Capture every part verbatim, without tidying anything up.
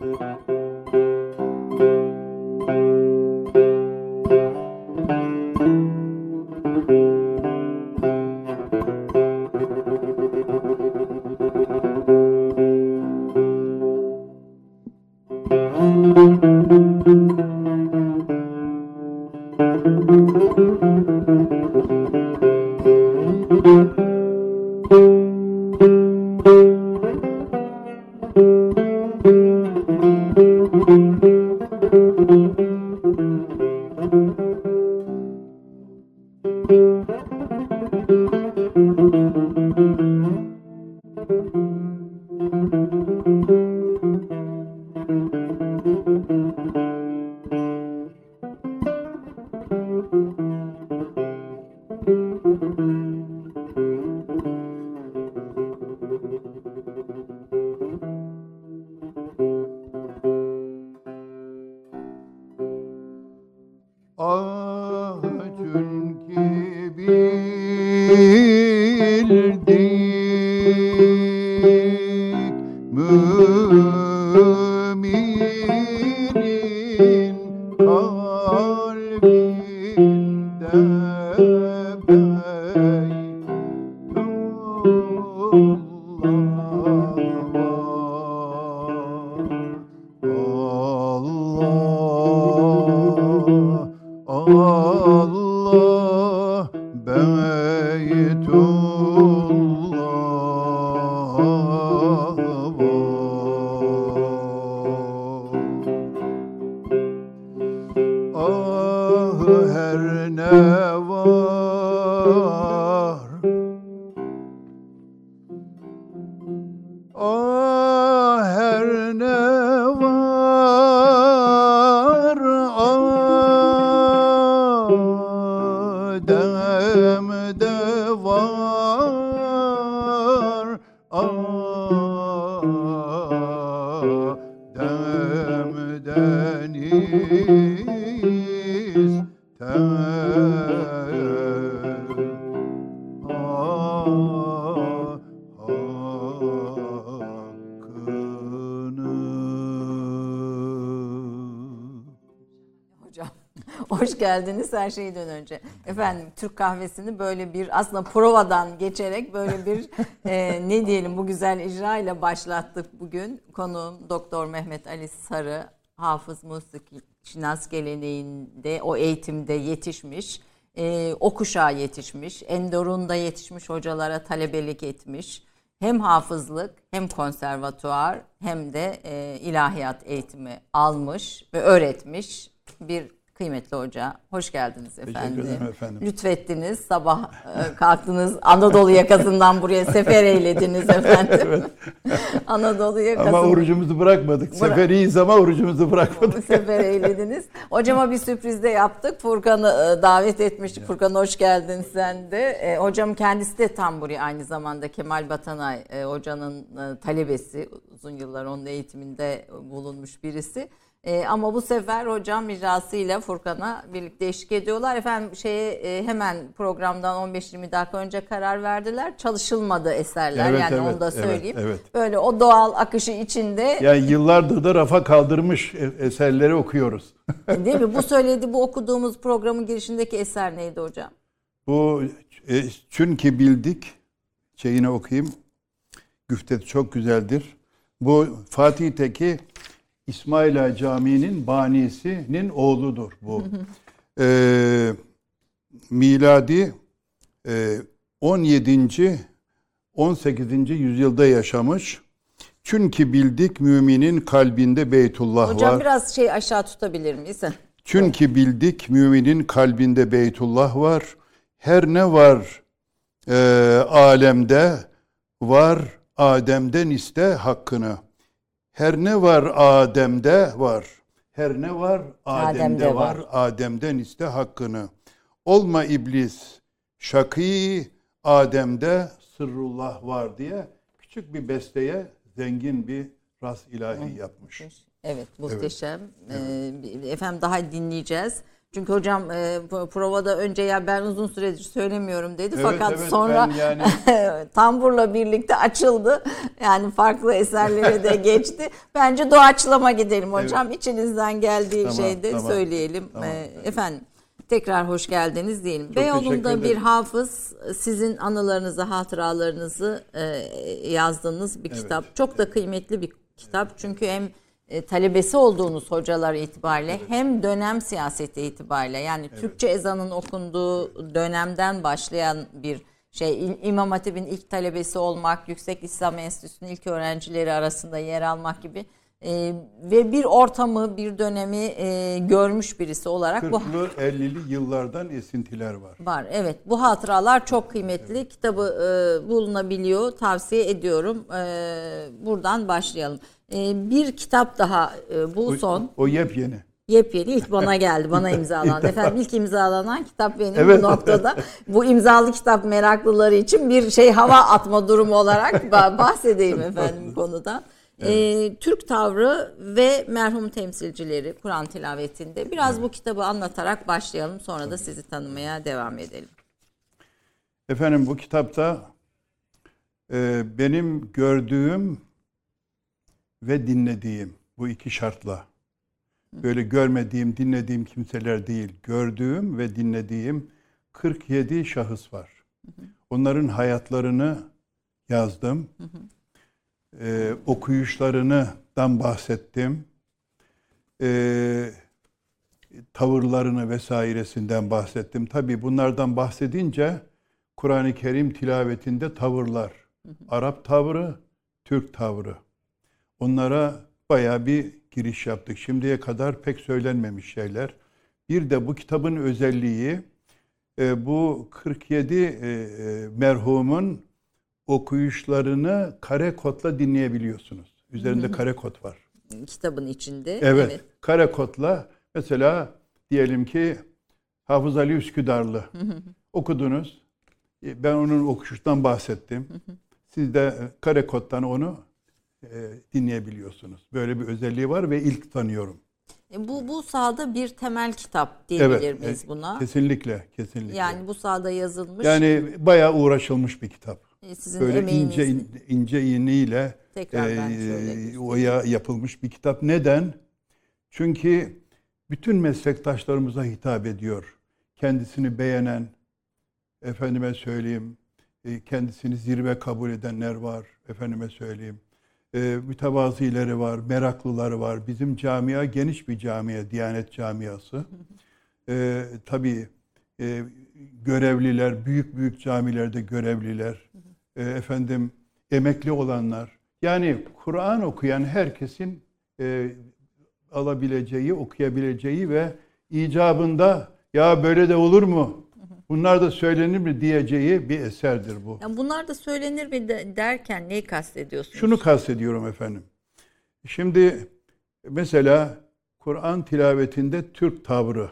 Hoş geldiniz her şeyden önce. Efendim Türk kahvesini böyle bir aslında provadan geçerek böyle bir e, ne diyelim bu güzel icra ile başlattık bugün. Konuğum Doktor Mehmet Ali Sarı, hafız musiki şinas geleneğinde o eğitimde yetişmiş, e, o kuşağa yetişmiş, Endorun'da yetişmiş hocalara talebelik etmiş. Hem hafızlık hem konservatuvar hem de e, ilahiyat eğitimi almış ve öğretmiş bir kıymetli hoca. Hoş geldiniz efendim. Teşekkür ederim efendim. Lütfettiniz. Sabah kalktınız. Anadolu yakasından buraya sefer eylediniz efendim. Evet. Anadolu yakasından. Ama orucumuzu bırakmadık. Bıra- Seferiyiz ama orucumuzu bırakmadık. Sefer eylediniz. Hocama bir sürpriz de yaptık. Furkan'ı davet etmiştik. Ya. Furkan hoş geldin sen de. E, hocam kendisi de tamburi aynı zamanda Kemal Batanay e, hocanın e, talebesi. Uzun yıllar onun eğitiminde bulunmuş birisi. Ee, ama bu sefer hocam icrasıyla Furkan'a birlikte eşlik ediyorlar. Efendim şeye e, hemen programdan on beş yirmi dakika önce karar verdiler. Çalışılmadı eserler evet, yani evet, onu da söyleyeyim. Evet, evet. Böyle o doğal akışı içinde. Yani yıllardır da rafa kaldırmış eserleri okuyoruz. Değil mi? Bu söyledi bu okuduğumuz programın girişindeki eser neydi hocam? Bu e, çünkü bildik şeyini okuyayım. Güfteti çok güzeldir. Bu Fatih Teki İsmail Ağa Camii'nin banisinin oğludur bu. ee, miladi e, on yedinci on sekizinci yüzyılda yaşamış. Çünkü bildik müminin kalbinde Beytullah Hocam, var. Hocam biraz şey aşağı tutabilir miyiz? Çünkü bildik müminin kalbinde Beytullah var. Her ne var e, alemde var Adem'den iste hakkını. Her ne var Adem'de var. Her ne var Adem'de, Adem'de var. var. Adem'den iste hakkını. Olma iblis şakî Adem'de sırrullah var diye küçük bir besteye zengin bir ras ilahi yapmış. Evet, muhteşem. Evet. Ee, efendim daha dinleyeceğiz. Çünkü hocam e, provada önce ya ben uzun süredir söylemiyorum dedi. Evet, Fakat evet, sonra yani... tamburla birlikte açıldı. Yani farklı eserlere de geçti. Bence doğaçlama gidelim hocam. Evet. İçinizden geldiği tamam, şeyde tamam, söyleyelim. Tamam, e, efendim tekrar hoş geldiniz diyelim. Çok Beyoğlu'nda bir hafız sizin anılarınızı, hatıralarınızı e, yazdığınız bir evet. kitap. Çok da kıymetli bir kitap. Evet. Çünkü hem E, talebesi olduğunuz hocalar itibariyle evet. hem dönem siyaseti itibariyle yani evet. Türkçe ezanın okunduğu dönemden başlayan bir şey, İmam Hatip'in ilk talebesi olmak, Yüksek İslam Enstitüsü'nün ilk öğrencileri arasında yer almak gibi e, ve bir ortamı, bir dönemi e, görmüş birisi olarak kırklı ellili yıllardan esintiler var. Var, evet. Bu hatıralar çok kıymetli. Evet. Kitabı e, bulunabiliyor. Tavsiye ediyorum. E, buradan başlayalım. E, bir kitap daha e, bu o, son. O yepyeni. Yepyeni. İlk bana geldi. Bana imzalandı. Efendim ilk imzalanan kitap benim evet. Bu noktada. Bu imzalı kitap meraklıları için bir şey hava atma durumu olarak bahsedeyim efendim bu konuda. Evet. Ee, Türk tavrı ve merhum temsilcileri Kur'an tilavetinde. Biraz evet. Bu kitabı anlatarak başlayalım. Sonra da sizi tanımaya devam edelim. Efendim bu kitapta e, benim gördüğüm ve dinlediğim bu iki şartla. Böyle görmediğim, dinlediğim kimseler değil. Gördüğüm ve dinlediğim kırk yedi şahıs var. Onların hayatlarını yazdım. Ee, okuyuşlarından bahsettim. Ee, tavırlarını vesairesinden bahsettim. Tabii bunlardan bahsedince Kur'an-ı Kerim tilavetinde tavırlar. Hı hı. Arap tavrı, Türk tavrı. Onlara bayağı bir giriş yaptık. Şimdiye kadar pek söylenmemiş şeyler. Bir de bu kitabın özelliği e, bu kırk yedi e, merhumun okuyuşlarını kare kodla dinleyebiliyorsunuz. Üzerinde hı hı. kare kod var. Kitabın içinde. Evet. evet. Kare kodla mesela diyelim ki Hafız Ali Üsküdarlı hı hı. okudunuz. Ben onun okuşundan bahsettim. Hı hı. Siz de kare koddan onu e, dinleyebiliyorsunuz. Böyle bir özelliği var ve ilk tanıyorum. E bu bu sahada bir temel kitap diyebilir evet, miyiz buna? Kesinlikle, kesinlikle. Yani bu sahada yazılmış. Yani bayağı uğraşılmış bir kitap. Sizin böyle emeğiniz. ince ince iğneyle e, oya yapılmış bir kitap. Neden? Çünkü bütün meslektaşlarımıza hitap ediyor. Kendisini beğenen, efendime söyleyeyim, kendisini zirve kabul edenler var, efendime söyleyeyim. E, mütevazileri var, meraklıları var. Bizim camia geniş bir camia, Diyanet camiası. E, tabii e, görevliler, büyük büyük camilerde görevliler, e, efendim emekli olanlar. Yani Kur'an okuyan herkesin e, alabileceği, okuyabileceği ve icabında ya böyle de olur mu? Bunlar da söylenir mi diyeceği bir eserdir bu. Yani bunlar da söylenir mi derken neyi kastediyorsunuz? Şunu kastediyorum efendim. Şimdi mesela Kur'an tilavetinde Türk tavrı.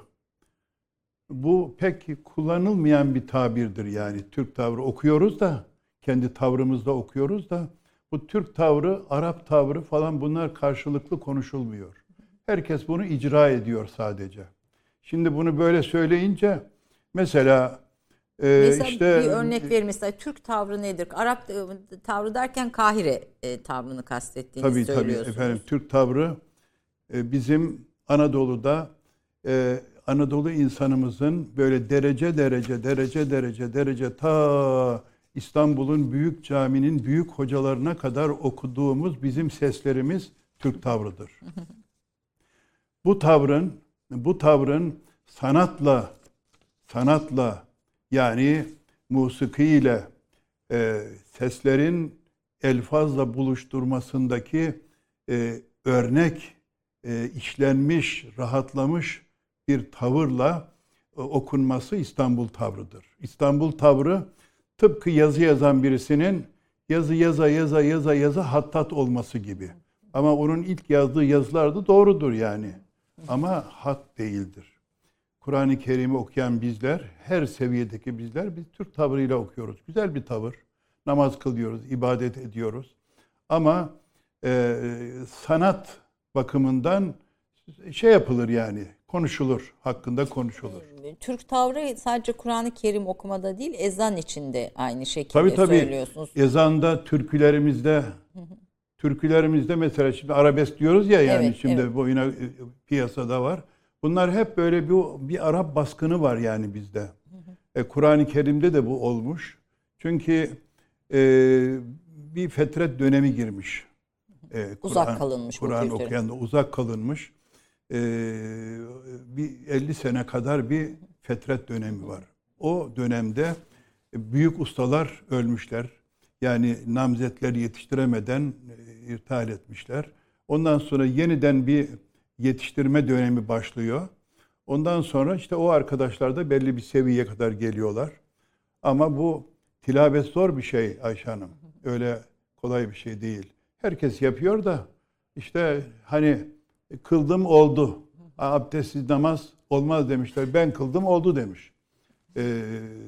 Bu pek kullanılmayan bir tabirdir yani. Türk tavrı okuyoruz da, kendi tavrımızda okuyoruz da bu Türk tavrı, Arap tavrı falan bunlar karşılıklı konuşulmuyor. Herkes bunu icra ediyor sadece. Şimdi bunu böyle söyleyince mesela, e, mesela işte bir örnek verin. Mesela Türk tavrı nedir? Arap tavrı derken Kahire e, tavrını kastettiğinizi tabii, söylüyorsunuz. Tabii efendim. Türk tavrı e, bizim Anadolu'da e, Anadolu insanımızın böyle derece derece derece derece derece ta İstanbul'un büyük caminin büyük hocalarına kadar okuduğumuz bizim seslerimiz Türk tavrıdır. Bu tavrın bu tavrın sanatla sanatla yani musikiyle e, seslerin elfazla buluşturmasındaki e, örnek e, işlenmiş, rahatlamış bir tavırla e, okunması İstanbul tavrıdır. İstanbul tavrı tıpkı yazı yazan birisinin yazı yaza yaza yaza yaza hattat olması gibi. Ama onun ilk yazdığı yazılar da doğrudur yani. Ama hat değildir. Kur'an-ı Kerim'i okuyan bizler, her seviyedeki bizler biz Türk tavrıyla okuyoruz. Güzel bir tavır. Namaz kılıyoruz, ibadet ediyoruz. Ama e, sanat bakımından şey yapılır yani. Konuşulur. Hakkında konuşulur. Türk tavrı sadece Kur'an-ı Kerim okumada değil, ezan içinde aynı şekilde tabii, tabii. söylüyorsunuz. Ezanda, türkülerimizde türkülerimizde mesela şimdi arabesk diyoruz ya yani Evet, şimdi evet. boyuna piyasada var. Bunlar hep böyle bir bir Arap baskını var yani bizde. E, Kur'an-ı Kerim'de de bu olmuş. Çünkü e, bir fetret dönemi girmiş. E, Uzak Kur'an, kalınmış bu Kur'an kültüre. okuyan da uzak kalınmış. E, bir elli sene kadar bir fetret dönemi var. O dönemde büyük ustalar ölmüşler. Yani namzetler yetiştiremeden e, irtihal etmişler. Ondan sonra yeniden bir yetiştirme dönemi başlıyor. Ondan sonra işte o arkadaşlar da belli bir seviyeye kadar geliyorlar. Ama bu tilavet zor bir şey Ayşe Hanım. Öyle kolay bir şey değil. Herkes yapıyor da işte hani kıldım oldu. Abdestsiz namaz olmaz demişler. Ben kıldım oldu demiş. Ee,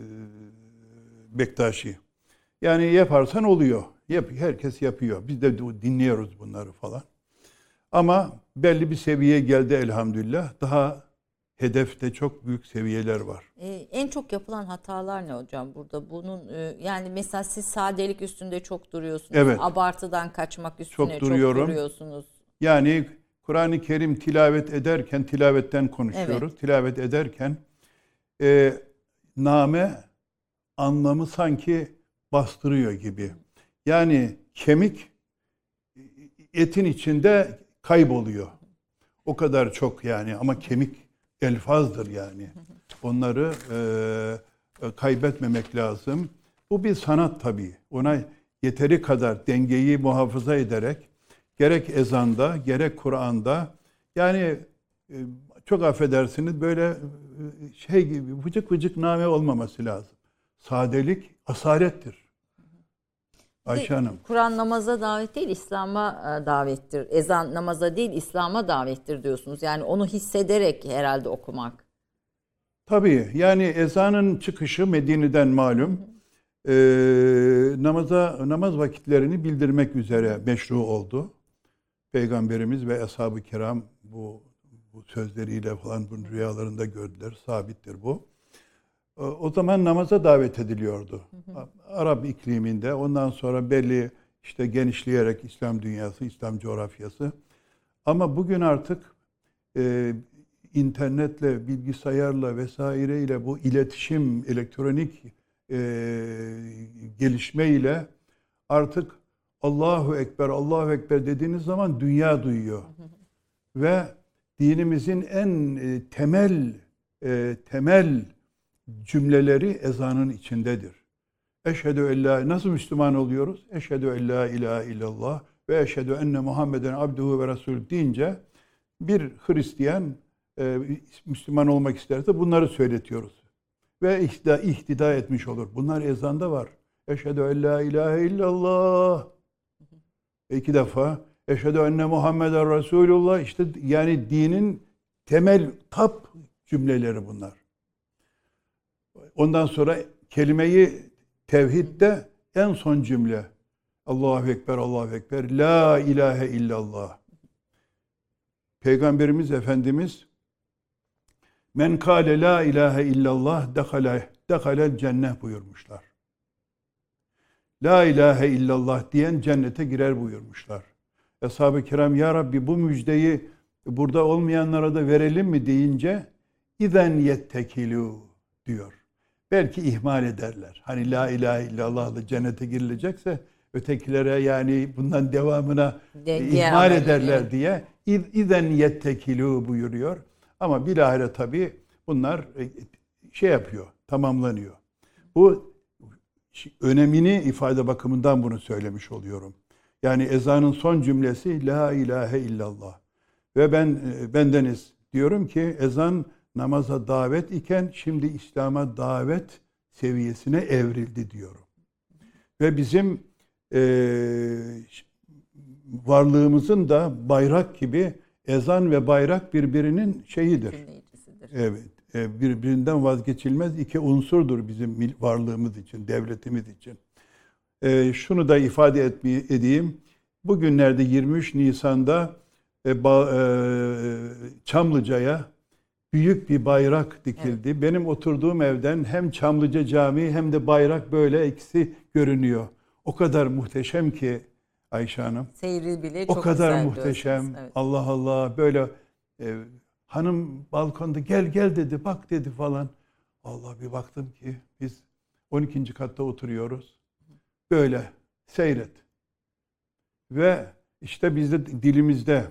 Bektaşi. Yani yaparsan oluyor. Yap, herkes yapıyor. Biz de dinliyoruz bunları falan. Ama belli bir seviyeye geldi elhamdülillah. Daha hedefte çok büyük seviyeler var. Ee, en çok yapılan hatalar ne hocam burada? Bunun e, yani mesela siz sadelik üstünde çok duruyorsunuz. Evet. Abartıdan kaçmak üstüne Çok çok, duruyorum. duruyorsunuz. Yani Kur'an-ı Kerim tilavet ederken, tilavetten konuşuyoruz. Evet. Tilavet ederken e, name anlamı sanki bastırıyor gibi. Yani kemik etin içinde kayboluyor. O kadar çok yani ama kemik elfazdır yani. Onları e, kaybetmemek lazım. Bu bir sanat tabii. Ona yeteri kadar dengeyi muhafaza ederek gerek ezanda gerek Kur'an'da yani e, çok affedersiniz böyle şey gibi vıcık vıcık name olmaması lazım. Sadelik asalettir. Ayşe Hanım. Kur'an namaza davet değil, İslam'a davettir. Ezan namaza değil, İslam'a davettir diyorsunuz. Yani onu hissederek herhalde okumak. Tabii yani ezanın çıkışı Medine'den malum. Ee, namaza namaz vakitlerini bildirmek üzere meşru oldu. Peygamberimiz ve ashab-ı kiram bu, bu sözleriyle falan bunun rüyalarında gördüler. Sabittir bu. O zaman namaza davet ediliyordu. Hı hı. Arap ikliminde. Ondan sonra belli işte genişleyerek İslam dünyası, İslam coğrafyası. Ama bugün artık e, internetle, bilgisayarla vesaireyle bu iletişim, elektronik e, gelişmeyle artık Allahu Ekber, Allahu Ekber dediğiniz zaman dünya duyuyor. Hı hı. Ve dinimizin en e, temel e, temel cümleleri ezanın içindedir. Eşhedü en la, nasıl Müslüman oluyoruz? Eşhedü en la ilahe illallah ve eşhedü enne Muhammeden abduhu ve resulü deyince bir Hristiyan e, Müslüman olmak isterse bunları söyletiyoruz. Ve ihtida, ihtida etmiş olur. Bunlar ezanda var. Eşhedü en la ilahe illallah. İki defa. Eşhedü enne Muhammeden Resulullah. İşte yani dinin temel tap cümleleri bunlar. Ondan sonra kelimeyi tevhidde en son cümle. Allahu Ekber, Allahu Ekber, La ilahe illallah. Peygamberimiz Efendimiz Men kâle la ilahe illallah dekale, dekalel cennet buyurmuşlar. La ilahe illallah diyen cennete girer buyurmuşlar. Ashab-ı kiram ya Rabbi bu müjdeyi burada olmayanlara da verelim mi deyince İzen yettekilû diyor. Belki ihmal ederler. Hani la ilahe illallah'la cennete girilecekse ötekilere yani bundan devamına De, ihmal ederler evet. diye İzen yettekilû buyuruyor. Ama bilahare tabii bunlar şey yapıyor, tamamlanıyor. Bu önemini ifade bakımından bunu söylemiş oluyorum. Yani ezanın son cümlesi la ilahe illallah. Ve ben bendeniz diyorum ki ezan namaza davet iken şimdi İslam'a davet seviyesine evrildi diyorum. Ve bizim e, varlığımızın da bayrak gibi ezan ve bayrak birbirinin şeyidir. Evet, e, birbirinden vazgeçilmez iki unsurdur bizim varlığımız için, devletimiz için. E, şunu da ifade etmeye, edeyim. Bugünlerde yirmi üç Nisan'da e, ba, e, Çamlıca'ya büyük bir bayrak dikildi. Evet. Benim oturduğum evden hem Çamlıca Camii hem de bayrak böyle ikisi görünüyor. O kadar muhteşem ki Ayşe Hanım. Seyri bile çok o kadar güzel muhteşem. Evet. Allah Allah böyle e, hanım balkonda gel gel dedi, bak dedi falan. Allah, bir baktım ki biz on ikinci katta oturuyoruz. Böyle seyret. Ve işte bizde dilimizde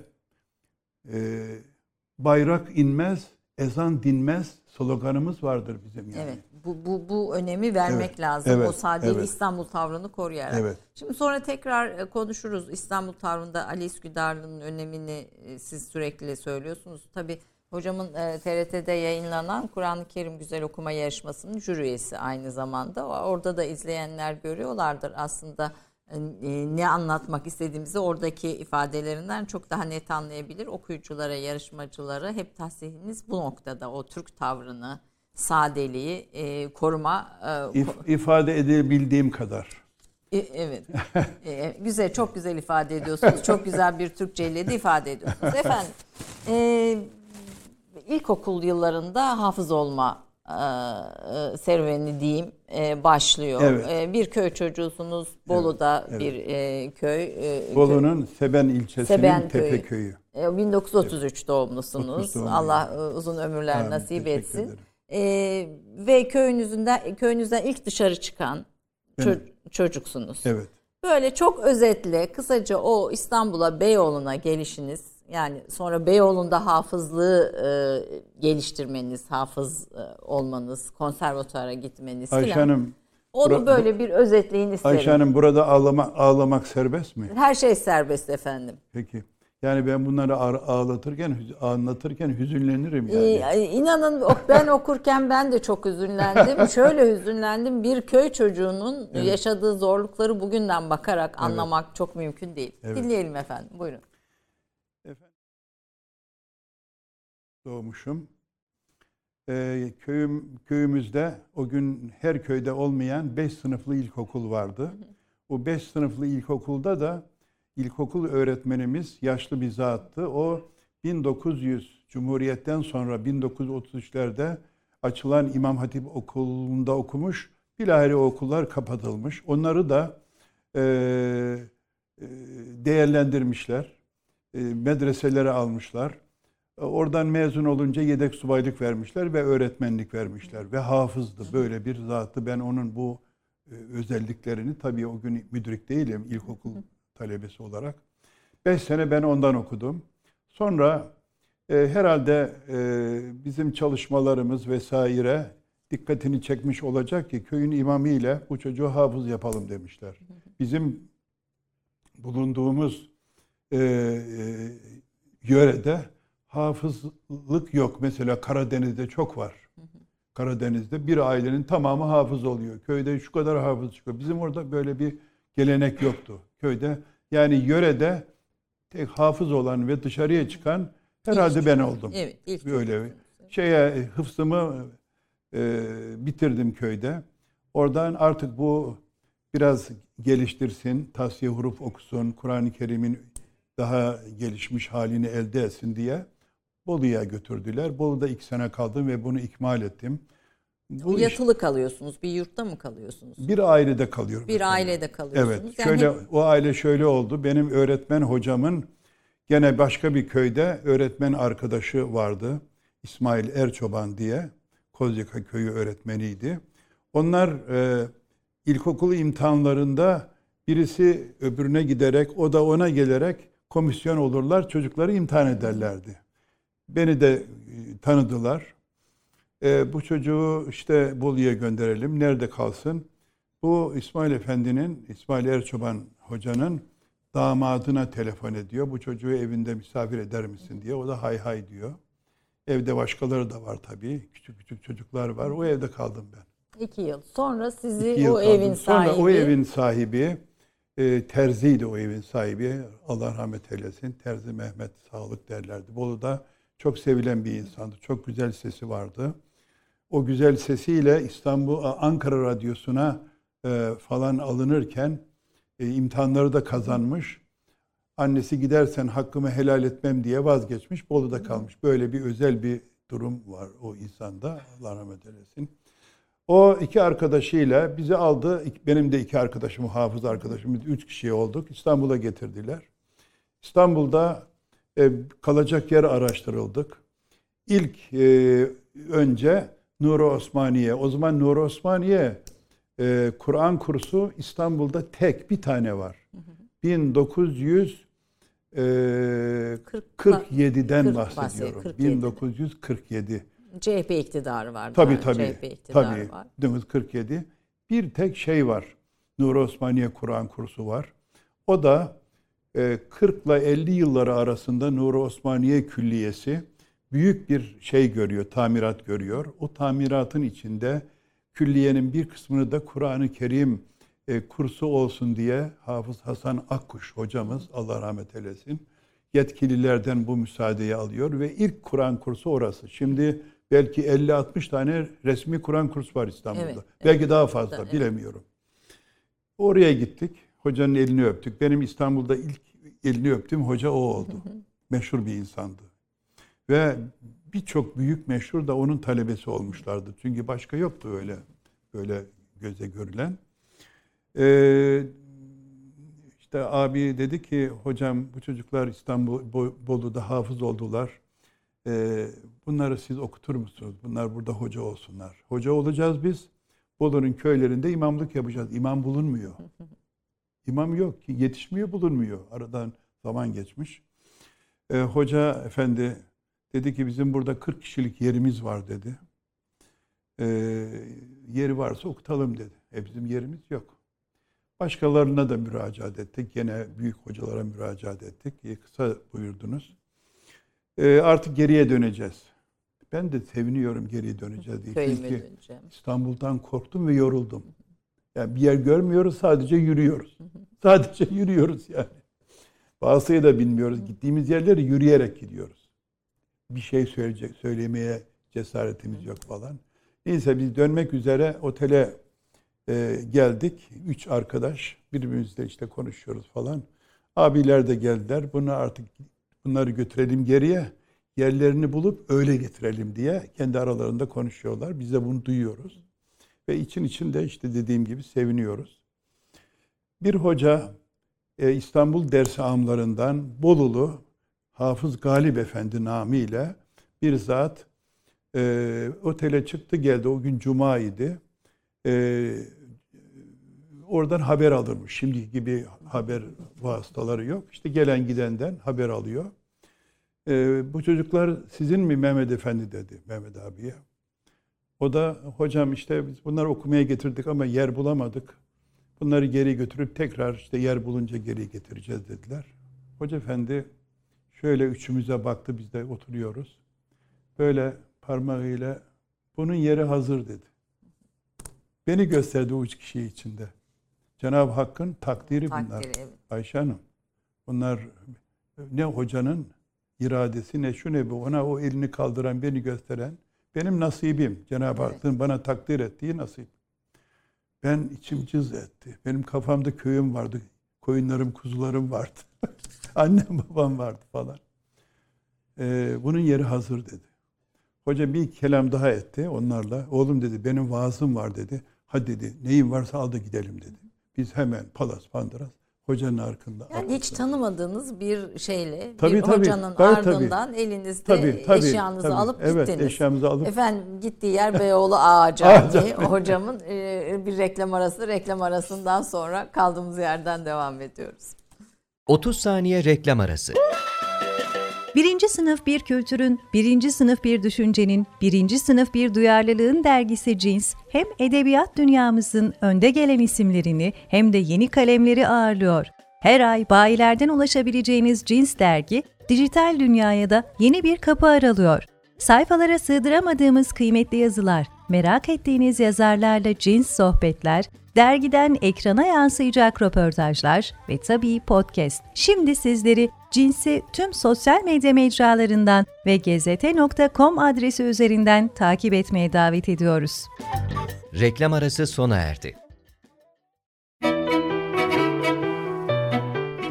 e, bayrak inmez, ezan dinmez sloganımız vardır bizim yani. Evet. Bu bu bu önemi vermek evet, lazım. Evet, o sadece evet. İstanbul tavrını koruyarak. Evet. Şimdi sonra tekrar konuşuruz. İstanbul tavrında Ali Üsküdarlı'nın önemini siz sürekli söylüyorsunuz. Tabii hocamın T R T'de yayınlanan Kur'an-ı Kerim Güzel Okuma Yarışması'nın jüri üyesi aynı zamanda. Orada da izleyenler görüyorlardır aslında ne anlatmak istediğimizi, oradaki ifadelerinden çok daha net anlayabilir. Okuyuculara, yarışmacılara hep tahsihiniz bu noktada o Türk tavrını, sadeliği e, koruma. E, İf, ifade edebildiğim kadar. E, evet. e, güzel, çok güzel ifade ediyorsunuz. Çok güzel bir Türkçeyle de ifade ediyorsunuz. Efendim, e, ilkokul yıllarında hafız olma e, e, serüveni diyeyim e, başlıyor. Evet. E, bir köy çocuğusunuz. Bolu'da evet, evet. bir e, köy. E, Bolu'nun Seben ilçesinin Seben Tepe köyü. E, bin dokuz yüz otuz üç evet. doğumlusunuz. Allah e, uzun ömürler Amin, nasip etsin. E, ve köyünüzden köyünüzden ilk dışarı çıkan ço- çocuksunuz. Evet. Böyle çok özetle, kısaca o İstanbul'a, Beyoğlu'na gelişiniz, yani sonra Beyoğlu'nda hafızlığı e, geliştirmeniz, hafız e, olmanız, konservatuara gitmeniz Ayşe filan. Hanım, onu bura, böyle bir özetleyin isterim. Ayşe Hanım, burada ağlama, ağlamak serbest mi? Her şey serbest efendim. Peki. Yani ben bunları ağlatırken, anlatırken hüzünlenirim yani. Ee, inanın ben okurken ben de çok hüzünlendim. Şöyle hüzünlendim. Bir köy çocuğunun evet. yaşadığı zorlukları bugünden bakarak evet. anlamak çok mümkün değil. Evet. Dinleyelim efendim. Buyurun. Efendim, doğmuşum. Ee, köyüm köyümüzde o gün her köyde olmayan beş sınıflı ilkokul vardı. Hı hı. O beş sınıflı ilkokulda da İlkokul öğretmenimiz yaşlı bir zattı. O bin dokuz yüz Cumhuriyet'ten sonra bin dokuz yüz otuz üçlerde açılan İmam Hatip Okulu'nda okumuş. Bilahare okullar kapatılmış. Onları da e, e, değerlendirmişler. E, medreselere almışlar. E, oradan mezun olunca yedek subaylık vermişler ve öğretmenlik vermişler. Ve hafızdı. Böyle bir zattı. Ben onun bu e, özelliklerini, tabii o gün müdrik değilim, ilkokul talebesi olarak. Beş sene ben ondan okudum. Sonra e, herhalde e, bizim çalışmalarımız vesaire dikkatini çekmiş olacak ki köyün imamı ile bu çocuğu hafız yapalım demişler. Bizim bulunduğumuz e, e, yörede hafızlık yok. Mesela Karadeniz'de çok var. Karadeniz'de bir ailenin tamamı hafız oluyor. Köyde şu kadar hafız çıkıyor. Bizim orada böyle bir gelenek yoktu. Köyde, yani yörede tek hafız olan ve dışarıya çıkan herhalde ilk ben oldum. Evet, ilk böyle şeye hıfzımı e, bitirdim köyde. Oradan artık bu biraz geliştirsin, tasfiye huruf okusun, Kur'an-ı Kerim'in daha gelişmiş halini elde etsin diye Bolu'ya götürdüler. Bolu'da iki sene kaldım ve bunu ikmal ettim. Bu yatılı iş, kalıyorsunuz. Bir yurtta mı kalıyorsunuz? Bir ailede kalıyorum. Bir efendim. Ailede kalıyorsunuz. Evet. Yani şöyle hep... o aile şöyle oldu. Benim öğretmen hocamın gene başka bir köyde öğretmen arkadaşı vardı. İsmail Erçoban diye. Kozyaka köyü öğretmeniydi. Onlar e, ilkokul imtihanlarında birisi öbürüne giderek, o da ona gelerek komisyon olurlar. Çocukları imtihan ederlerdi. Beni de e, tanıdılar. E, bu çocuğu işte Bolu'ya gönderelim. Nerede kalsın? Bu İsmail Efendi'nin, İsmail Erçoban hocanın damadına telefon ediyor. Bu çocuğu evinde misafir eder misin diye. O da hay hay diyor. Evde başkaları da var tabii. Küçük küçük çocuklar var. O evde kaldım ben. İki yıl. Sonra sizi o evin sahibi... Sonra o evin sahibi, e, terziydi o evin sahibi. Allah rahmet eylesin. Terzi Mehmet Sağlık derlerdi. Bolu'da çok sevilen bir insandı. Çok güzel sesi vardı. O güzel sesiyle İstanbul, Ankara Radyosu'na e, falan alınırken e, imtihanları da kazanmış. Annesi gidersen hakkımı helal etmem diye vazgeçmiş. Bolu'da kalmış. Böyle bir özel bir durum var o insanda. Allah rahmet eylesin. O iki arkadaşıyla bizi aldı. Benim de iki arkadaşım, hafız arkadaşım. Biz üç kişi olduk. İstanbul'a getirdiler. İstanbul'da e, kalacak yer araştırıldık. İlk e, önce Nur-i Osmaniye. O zaman Nur-i Osmaniye e, Kur'an kursu İstanbul'da tek bir tane var. Hı hı. bin dokuz yüz kırk yedi'den bahsediyorum. bin dokuz yüz kırk yedi. C H P iktidarı var. Tabii tabii. C H P iktidarı tabii. var. bin dokuz yüz kırk yedi. Bir tek şey var. Nur-i Osmaniye Kur'an kursu var. O da kırk ile elli yılları arasında Nur-i Osmaniye Külliyesi büyük bir şey görüyor, tamirat görüyor. O tamiratın içinde külliyenin bir kısmını da Kur'an-ı Kerim e, kursu olsun diye Hafız Hasan Akkuş hocamız, Allah rahmet eylesin, yetkililerden bu müsaadeyi alıyor ve ilk Kur'an kursu orası. Şimdi belki elli altmış tane resmi Kur'an kursu var İstanbul'da. Evet, belki evet, daha fazla, evet. Bilemiyorum. Oraya gittik. Hocanın elini öptük. Benim İstanbul'da ilk elini öptüğüm hoca o oldu. Meşhur bir insandı. Ve birçok büyük meşhur da onun talebesi olmuşlardı. Çünkü başka yoktu öyle böyle göze görülen. Ee, işte abi dedi ki, hocam bu çocuklar İstanbul Bolu'da hafız oldular. Ee, bunları siz okutur musunuz? Bunlar burada hoca olsunlar. Hoca olacağız biz. Bolu'nun köylerinde imamlık yapacağız. İmam bulunmuyor. İmam yok ki, yetişmiyor, bulunmuyor. Aradan zaman geçmiş. Ee, hoca efendi dedi ki bizim burada kırk kişilik yerimiz var dedi. Ee, yeri varsa okutalım dedi. E bizim yerimiz yok. Başkalarına da müracaat ettik. Yine büyük hocalara müracaat ettik. E, kısa buyurdunuz. Ee, artık geriye döneceğiz. Ben de seviniyorum geriye döneceğiz diye. Köyüme Çünkü döneceğim. İstanbul'dan korktum ve yoruldum. Yani bir yer görmüyoruz, sadece yürüyoruz. Sadece yürüyoruz yani. Bazısıyı da bilmiyoruz. Gittiğimiz yerlere yürüyerek gidiyoruz. Bir şey söyleyecek, söylemeye cesaretimiz yok falan. Neyse biz dönmek üzere otele e, geldik. Üç arkadaş birbirimizle işte konuşuyoruz falan. Abiler de geldiler. Bunu artık bunları götürelim geriye. Yerlerini bulup öyle getirelim diye kendi aralarında konuşuyorlar. Biz de bunu duyuyoruz. Ve için içinde işte dediğim gibi seviniyoruz. Bir hoca e, İstanbul Ders-i Bolulu Hafız Galip Efendi namıyla bir zat e, otele çıktı geldi. O gün Cuma idi. E, oradan haber alırmış. Şimdiki gibi haber vasıtaları yok. İşte gelen gidenden haber alıyor. E, bu çocuklar sizin mi Mehmet Efendi dedi Mehmet abiye. O da hocam işte biz bunları okumaya getirdik ama yer bulamadık. Bunları geri götürüp tekrar işte yer bulunca geri getireceğiz dediler. Hoca efendi şöyle üçümüze baktı, biz de oturuyoruz. Böyle parmağıyla bunun yeri hazır dedi. Beni gösterdi o üç kişi içinde. Cenab-ı Hakk'ın takdiri bunlar. Takdiri, evet. Ayşe Hanım. Bunlar ne hocanın iradesi ne şu ne bu. Ona o elini kaldıran, beni gösteren benim nasibim. Cenab-ı Hakk'ın evet. bana takdir ettiği nasip. Ben içim cız etti. Benim kafamda köyüm vardı. Koyunlarım, kuzularım vardı. Annem, babam vardı falan. Ee, bunun yeri hazır dedi. Hoca bir kelam daha etti onlarla. Oğlum dedi benim vaazım var dedi. Hadi dedi neyin varsa al da gidelim dedi. Biz hemen palas pandıras hocanın arkında. Yani hiç tanımadığınız bir şeyle tabii, bir tabii, hocanın tabii, ardından tabii. elinizde tabii, tabii, eşyanızı tabii. alıp evet, gittiniz. Eşyamızı alıp. Efendim gittiği yer Beyoğlu Ağa Camii. Hocamın bir reklam arası, reklam arasından sonra kaldığımız yerden devam ediyoruz. otuz saniye reklam arası. Birinci sınıf bir kültürün, birinci sınıf bir düşüncenin, birinci sınıf bir duyarlılığın dergisi Cins, hem edebiyat dünyamızın önde gelen isimlerini hem de yeni kalemleri ağırlıyor. Her ay bayilerden ulaşabileceğiniz Cins dergi, dijital dünyaya da yeni bir kapı aralıyor. Sayfalara sığdıramadığımız kıymetli yazılar, merak ettiğiniz yazarlarla cins sohbetler, dergiden ekrana yansıyacak röportajlar ve tabii podcast. Şimdi sizleri Cins'i tüm sosyal medya mecralarından ve gezete nokta com adresi üzerinden takip etmeye davet ediyoruz. Reklam arası sona erdi.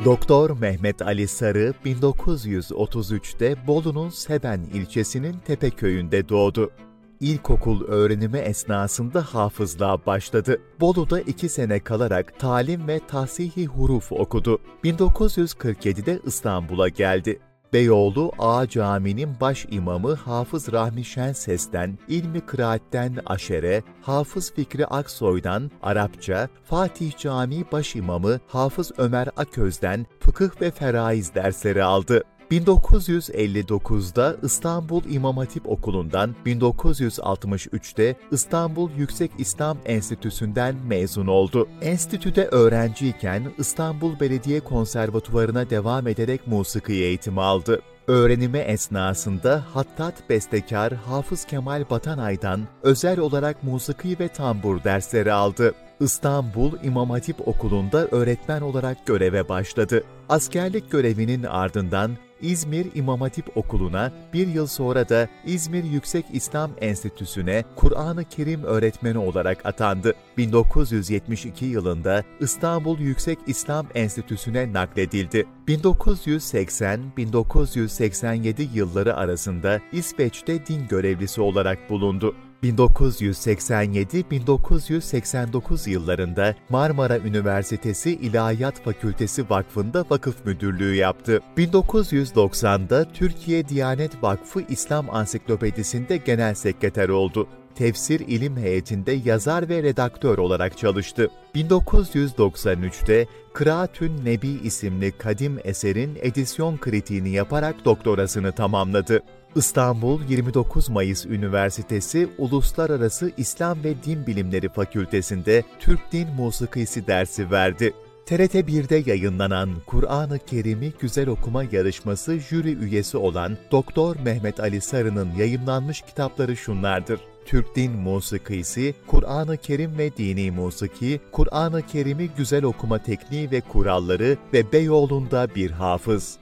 Doktor Mehmet Ali Sarı bin dokuz yüz otuz üçte Bolu'nun Seben ilçesinin Tepeköy'ünde doğdu. İlkokul öğrenimi esnasında hafızlığa başladı. Bolu'da iki sene kalarak talim ve tahsihi huruf okudu. bin dokuz yüz kırk yedide İstanbul'a geldi. Beyoğlu Ağa Camii'nin baş imamı Hafız Rahmi Şenses'ten ilmi kıraatten aşere, Hafız Fikri Aksoy'dan Arapça, Fatih Camii baş imamı Hafız Ömer Aköz'den fıkıh ve feraiz dersleri aldı. bin dokuz yüz elli dokuzda İstanbul İmam Hatip Okulu'ndan, bin dokuz yüz altmış üçte İstanbul Yüksek İslam Enstitüsü'nden mezun oldu. Enstitüde öğrenciyken İstanbul Belediye Konservatuvarı'na devam ederek musiki eğitimi aldı. Öğrenimi esnasında hattat bestekar Hafız Kemal Batanay'dan özel olarak musiki ve tambur dersleri aldı. İstanbul İmam Hatip Okulu'nda öğretmen olarak göreve başladı. Askerlik görevinin ardından İzmir İmam Hatip Okulu'na, bir yıl sonra da İzmir Yüksek İslam Enstitüsü'ne Kur'an-ı Kerim öğretmeni olarak atandı. bin dokuz yüz yetmiş iki yılında İstanbul Yüksek İslam Enstitüsü'ne nakledildi. bin dokuz yüz seksen - bin dokuz yüz seksen yedi yılları arasında İsveç'te din görevlisi olarak bulundu. bin dokuz yüz seksen yedi - bin dokuz yüz seksen dokuz yıllarında Marmara Üniversitesi İlahiyat Fakültesi Vakfı'nda vakıf müdürlüğü yaptı. bin dokuz yüz doksanda Türkiye Diyanet Vakfı İslam Ansiklopedisi'nde genel sekreter oldu. Tefsir İlim Heyeti'nde yazar ve redaktör olarak çalıştı. bin dokuz yüz doksan üçte Kıraatün Nebi isimli kadim eserin edisyon kritiğini yaparak doktorasını tamamladı. İstanbul yirmi dokuz Mayıs Üniversitesi Uluslararası İslam ve Din Bilimleri Fakültesi'nde Türk Din Musikisi dersi verdi. T R T bir'de yayınlanan Kur'an-ı Kerim'i Güzel Okuma Yarışması jüri üyesi olan Doktor Mehmet Ali Sarı'nın yayımlanmış kitapları şunlardır: Türk Din Musikisi, Kur'an-ı Kerim ve Dini Musiki, Kur'an-ı Kerim'i Güzel Okuma Tekniği ve Kuralları ve Beyoğlu'nda bir Hafız.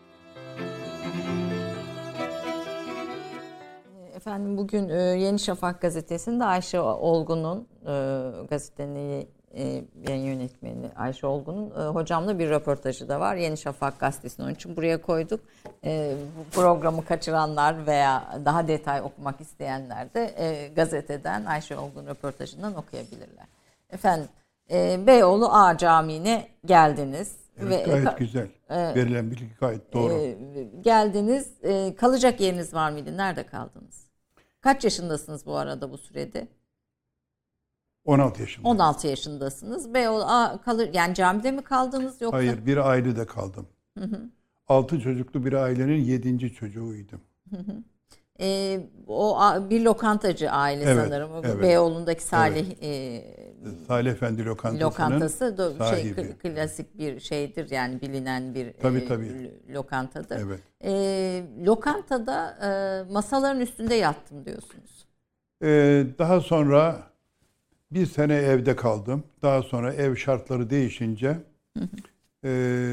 Efendim bugün Yeni Şafak gazetesinde Ayşe Olgun'un, gazetenin yayın yönetmeni Ayşe Olgun'un hocamla bir röportajı da var. Yeni Şafak gazetesinin, onun için buraya koyduk. Bu programı kaçıranlar veya daha detay okumak isteyenler de gazeteden Ayşe Olgun röportajından okuyabilirler. Efendim Beyoğlu Ağa Camii'ne geldiniz. Evet, ve gayet güzel. E, Verilen bilgi gayet doğru. E, geldiniz. E, kalacak yeriniz var mıydı? Nerede kaldınız? Kaç yaşındasınız bu arada bu sürede? on altı yaşında. on altı yaşındasınız. Beyoğlu a, kalır yani camide mi kaldınız yoksa? Hayır, bir ailede kaldım. Hı hı. altı çocuklu bir ailenin yedinci çocuğuydum. Hı hı. E, o bir lokantacı aile evet, sanırım. Evet. Beyoğlu'ndaki Salih evet. e, Salih Efendi lokantasının lokantası da sahibi. Şey, klasik bir şeydir yani bilinen bir tabii, e, tabii. lokantadır. Evet. E, lokantada e, masaların üstünde yattım diyorsunuz. E, daha sonra bir sene evde kaldım. Daha sonra ev şartları değişince hı hı. E,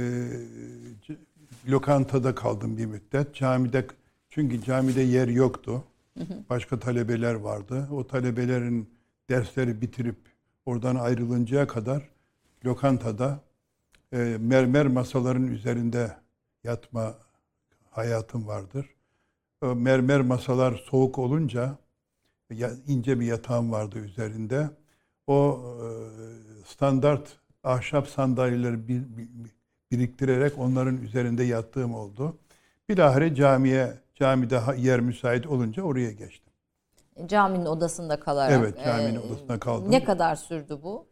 lokantada kaldım bir müddet. Camide, çünkü camide yer yoktu. Hı hı. Başka talebeler vardı. O talebelerin dersleri bitirip oradan ayrılıncaya kadar lokantada e, mermer masaların üzerinde yatma hayatım vardır. O mermer masalar soğuk olunca ya, ince bir yatağım vardı üzerinde. O e, standart ahşap sandalyeleri bir, bir, biriktirerek onların üzerinde yattığım oldu. Bilahare camiye, camide yer müsait olunca oraya geçtim. Caminin odasında kalarak. Evet, caminin e, odasında kaldım. Ne kadar sürdü bu?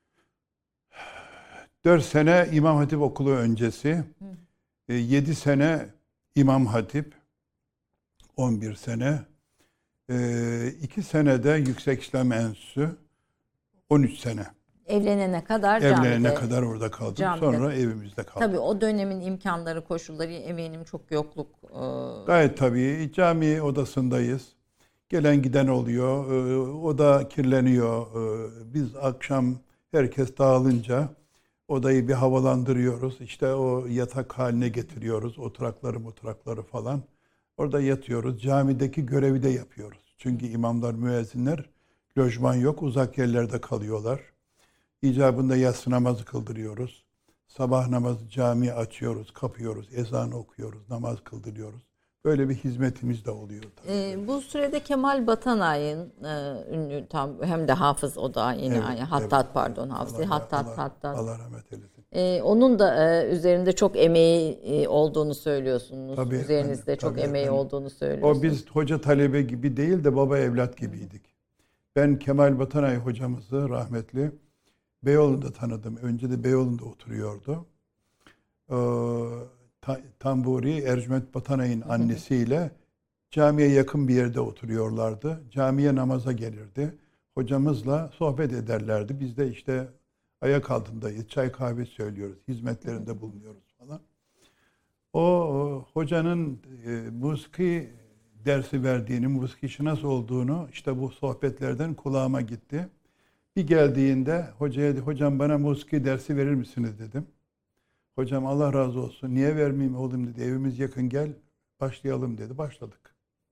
Dört sene İmam Hatip Okulu öncesi, e, yedi sene İmam Hatip, on bir sene, e, iki sene de Yüksek İslam Enstitüsü, on üç sene. Evlenene kadar Evlenene camide, kadar orada kaldım. Camide. Sonra evimizde kaldım. Tabii o dönemin imkanları, koşulları eminim çok yokluk. E... Gayet tabii. Cami odasındayız. Gelen giden oluyor. E, oda kirleniyor. E, biz akşam herkes dağılınca odayı bir havalandırıyoruz. İşte o yatak haline getiriyoruz. Oturakları oturakları falan. Orada yatıyoruz. Camideki görevi de yapıyoruz. Çünkü imamlar, müezzinler lojman yok. Uzak yerlerde kalıyorlar. İcabında yatsı namazı kıldırıyoruz. Sabah namazı camiye açıyoruz, kapıyoruz, ezanı okuyoruz, namaz kıldırıyoruz. Böyle bir hizmetimiz de oluyor. E, bu sürede Kemal Batanay'ın e, ünlü tam hem de hafız, o da yine evet, aynı Hattat evet, pardon hafız Allah, Hattat Allah, Hattat. Allah rahmet eylesin. E, onun da e, üzerinde çok emeği e, olduğunu söylüyorsunuz. Tabii, Üzerinizde efendim, çok tabii emeği efendim. olduğunu söylüyorsunuz. O biz hoca talebe gibi değil de baba evlat gibiydik. Ben Kemal Batanay hocamızı rahmetli Beyoğlu'nda tanıdım. Önce de Beyoğlu'nda oturuyordu. Ee, ta, Tamburi Ercüment Batanay'ın annesiyle camiye yakın bir yerde oturuyorlardı. Camiye namaza gelirdi. Hocamızla sohbet ederlerdi. Biz de işte ayak altındayız. Çay kahve söylüyoruz. Hizmetlerinde bulunuyoruz falan. O, o hocanın e, musiki dersi verdiğini, musiki işi nasıl olduğunu işte bu sohbetlerden kulağıma gitti. Bir geldiğinde hocaya dedi, hocam bana musiki dersi verir misiniz dedim. Hocam Allah razı olsun. Niye vermeyeyim oğlum dedi. Evimiz yakın, gel başlayalım dedi. Başladık.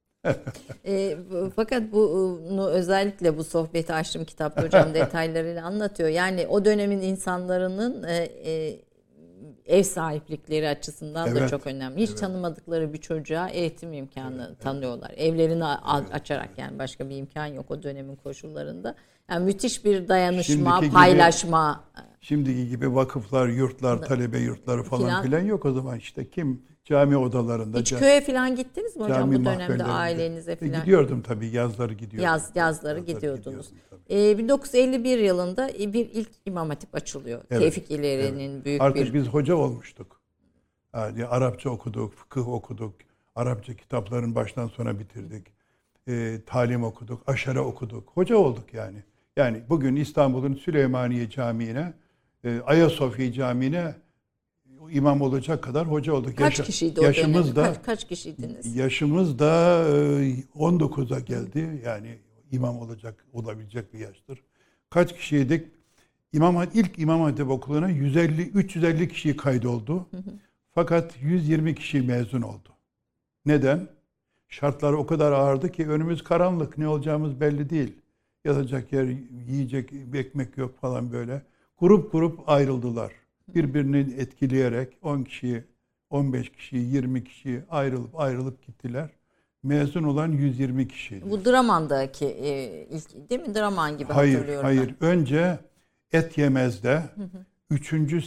e, fakat bunu özellikle bu sohbeti açtım kitapta hocam detaylarıyla anlatıyor. Yani o dönemin insanların e, e, ev sahiplikleri açısından evet, da çok önemli. Hiç evet. tanımadıkları bir çocuğa eğitim imkanı evet, tanıyorlar. Evet. Evlerini evet, açarak evet. yani başka bir imkan yok o dönemin koşullarında. Yani müthiş bir dayanışma, şimdiki paylaşma. Gibi, şimdiki gibi vakıflar, yurtlar, talebe yurtları falan filan, filan yok o zaman işte. Kim cami odalarında. Hiç köye falan gittiniz mi hocam bu dönemde ailenize falan? E, gidiyordum tabii, yazları gidiyordum. Yaz, yazları, yazları gidiyordunuz. Ee, bin dokuz yüz elli bir yılında bir ilk İmam Hatip açılıyor. Evet, Tevfik İleri'nin evet. büyük Artık bir... Artık biz hoca olmuştuk. Yani Arapça okuduk, fıkıh okuduk. Arapça kitapların baştan sona bitirdik. E, talim okuduk, aşere okuduk. Hoca olduk yani. Yani bugün İstanbul'un Süleymaniye Camii'ne, e, Ayasofya Camii'ne imam olacak kadar hoca olduk. Kaç Yaşa, kişiydi o yaşımız da, kaç, kaç kişiydiniz? Yaşımız da on dokuza geldi. Yani imam olacak, olabilecek bir yaştır. Kaç kişiydik? İmam, ilk İmam Hatip Okulu'na yüz elli üç yüz elli kişi kaydoldu. Hı hı. Fakat yüz yirmi kişi mezun oldu. Neden? Şartlar o kadar ağırdı ki önümüz karanlık. Ne olacağımız belli değil. Yatacak yer, yiyecek ekmek yok falan böyle. Grup grup ayrıldılar. Birbirini etkileyerek on kişi, on beş kişi, yirmi kişi ayrılıp ayrılıp gittiler. Mezun olan yüz yirmi kişiydi. Bu Draman'daki e, ilk değil mi? Draman gibi hayır, hatırlıyorum Hayır, ben. hayır. Önce Etyemez'de üçüncü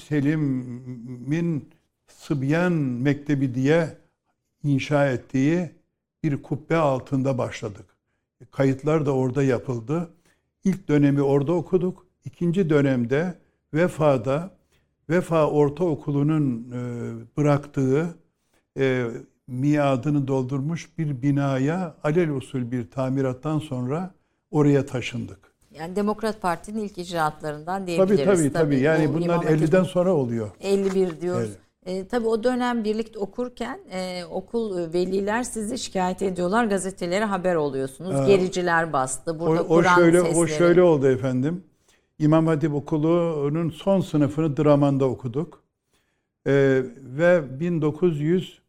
Selim'in Sıbyan Mektebi diye inşa ettiği bir kubbe altında başladık. Kayıtlar da orada yapıldı. İlk dönemi orada okuduk. İkinci dönemde Vefa'da Vefa Ortaokulu'nun e, bıraktığı e, miadını doldurmuş bir binaya alelusul bir tamirattan sonra oraya taşındık. Yani Demokrat Parti'nin ilk icraatlarından diyebiliriz. Tabii tabii. tabii. Yani bu bunlar elliden sonra oluyor. elli bir diyoruz. Evet. E, tabii o dönem birlikte okurken e, okul veliler sizi şikayet ediyorlar. Gazetelere haber oluyorsunuz. Ee, Gericiler bastı. Burada o, o şöyle sesleri. O şöyle oldu efendim. İmam Hatip Okulu'nun son sınıfını Draman'da okuduk. Ee, ve bin dokuz yüz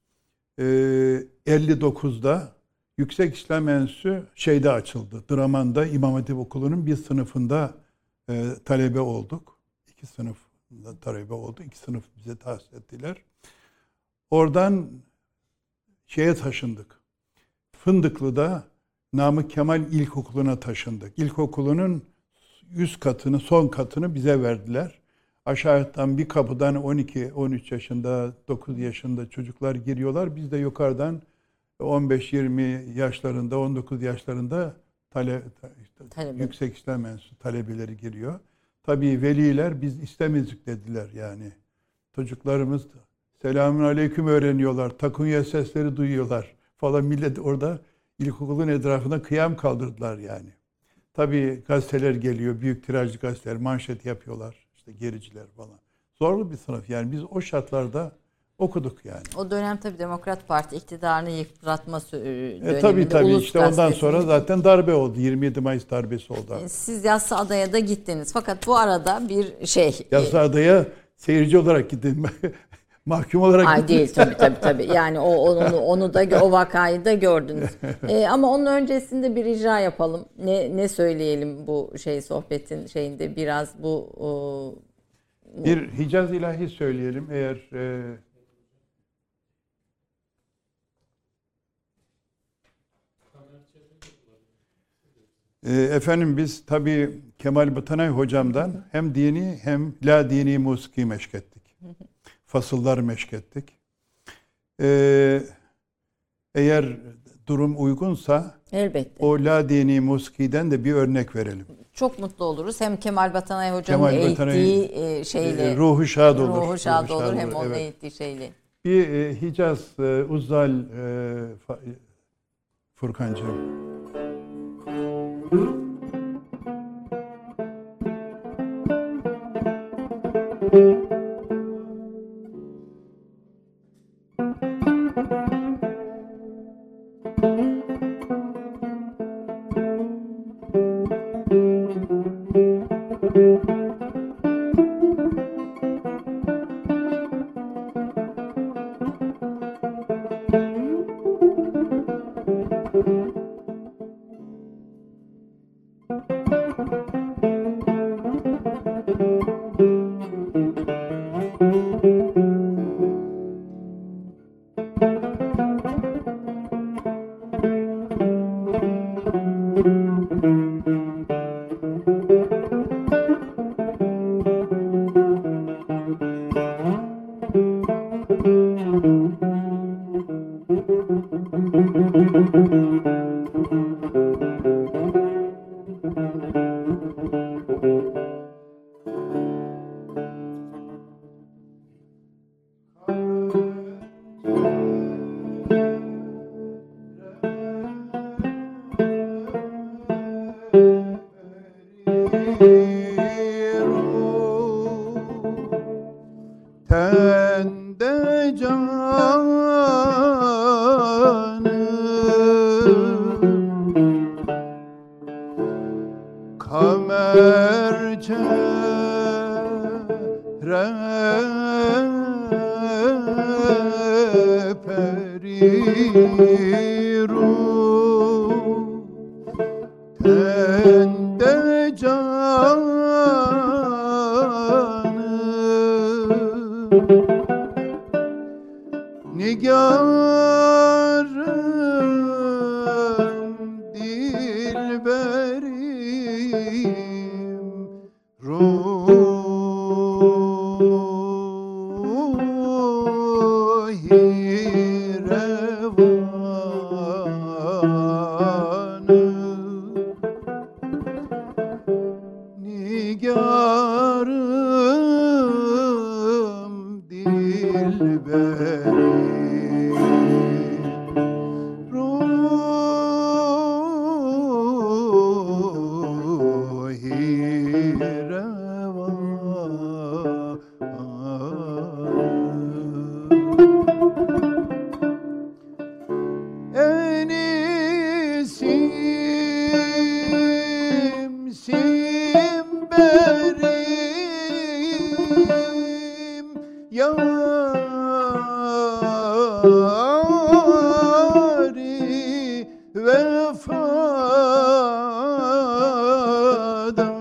elli dokuzda Yüksek İslam Enstitüsü şeyde açıldı. Draman'da İmam Hatip Okulu'nun bir sınıfında e, talebe olduk. İki sınıf talebe oldu. İki sınıf bize tahsis ettiler. Oradan şeye taşındık. Fındıklı'da Namık Kemal İlkokulu'na taşındık. İlkokulunun üst katını, son katını bize verdiler. Aşağıdan bir kapıdan on iki on üç yaşında, dokuz yaşında çocuklar giriyorlar. Biz de yukarıdan on beş yirmi yaşlarında, on dokuz yaşlarında tale, Talebe. Yüksek İslam Enstitüsü talebeleri giriyor. Tabii veliler biz istemezdik dediler yani. Çocuklarımız selamun aleyküm öğreniyorlar, takunya sesleri duyuyorlar falan. Millet orada ilkokulun etrafına kıyam kaldırdılar yani. Tabii gazeteler geliyor, büyük tirajlı gazeteler manşet yapıyorlar. İşte gericiler falan. Zorlu bir sınıf yani biz o şartlarda okuduk yani. O dönem tabii Demokrat Parti iktidarını yıpratma döneminde. E, tabii tabii işte ondan sonra zaten darbe oldu. yirmi yedi Mayıs darbesi oldu. Siz Yassıada'ya da gittiniz. Fakat bu arada bir şey. Yassıada'ya seyirci olarak gittim. Mahkum olarak Ay gittim. Değil tabii tabii tabii. Yani o onu onu da o vakayı da gördünüz. ee, ama onun öncesinde bir icra yapalım. Ne ne söyleyelim bu şey sohbetin şeyinde biraz bu o, Bir Hicaz ilahi söyleyelim eğer e, e, efendim biz tabii Kemal Batanay hocamdan hem dini hem la dini musiki meşk ettik. Fasıllar meşk ettik. E, eğer durum uygunsa elbette. O la dini muskiden de bir örnek verelim. Çok mutlu oluruz. Hem Kemal Batanay Hoca'nın Kemal eğittiği e, şeyle. E, ruhu şad olur. Ruhu şad ruhu olur şad hem olur. onun Evet. eğittiği şeyle. Bir e, Hicaz e, Uzzal e, fa, Furkancığım. Tende canım kamer çehre periru tende canım nigarım dilberim ruhi revanı nigarım dilberim Enisim simberim yari vefada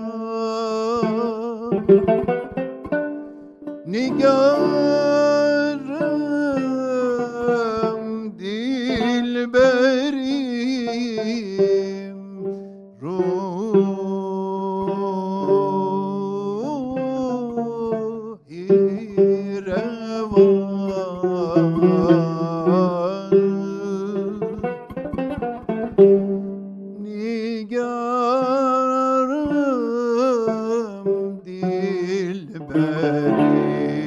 nigarım dilberim ruhi revanı nigarım dilberim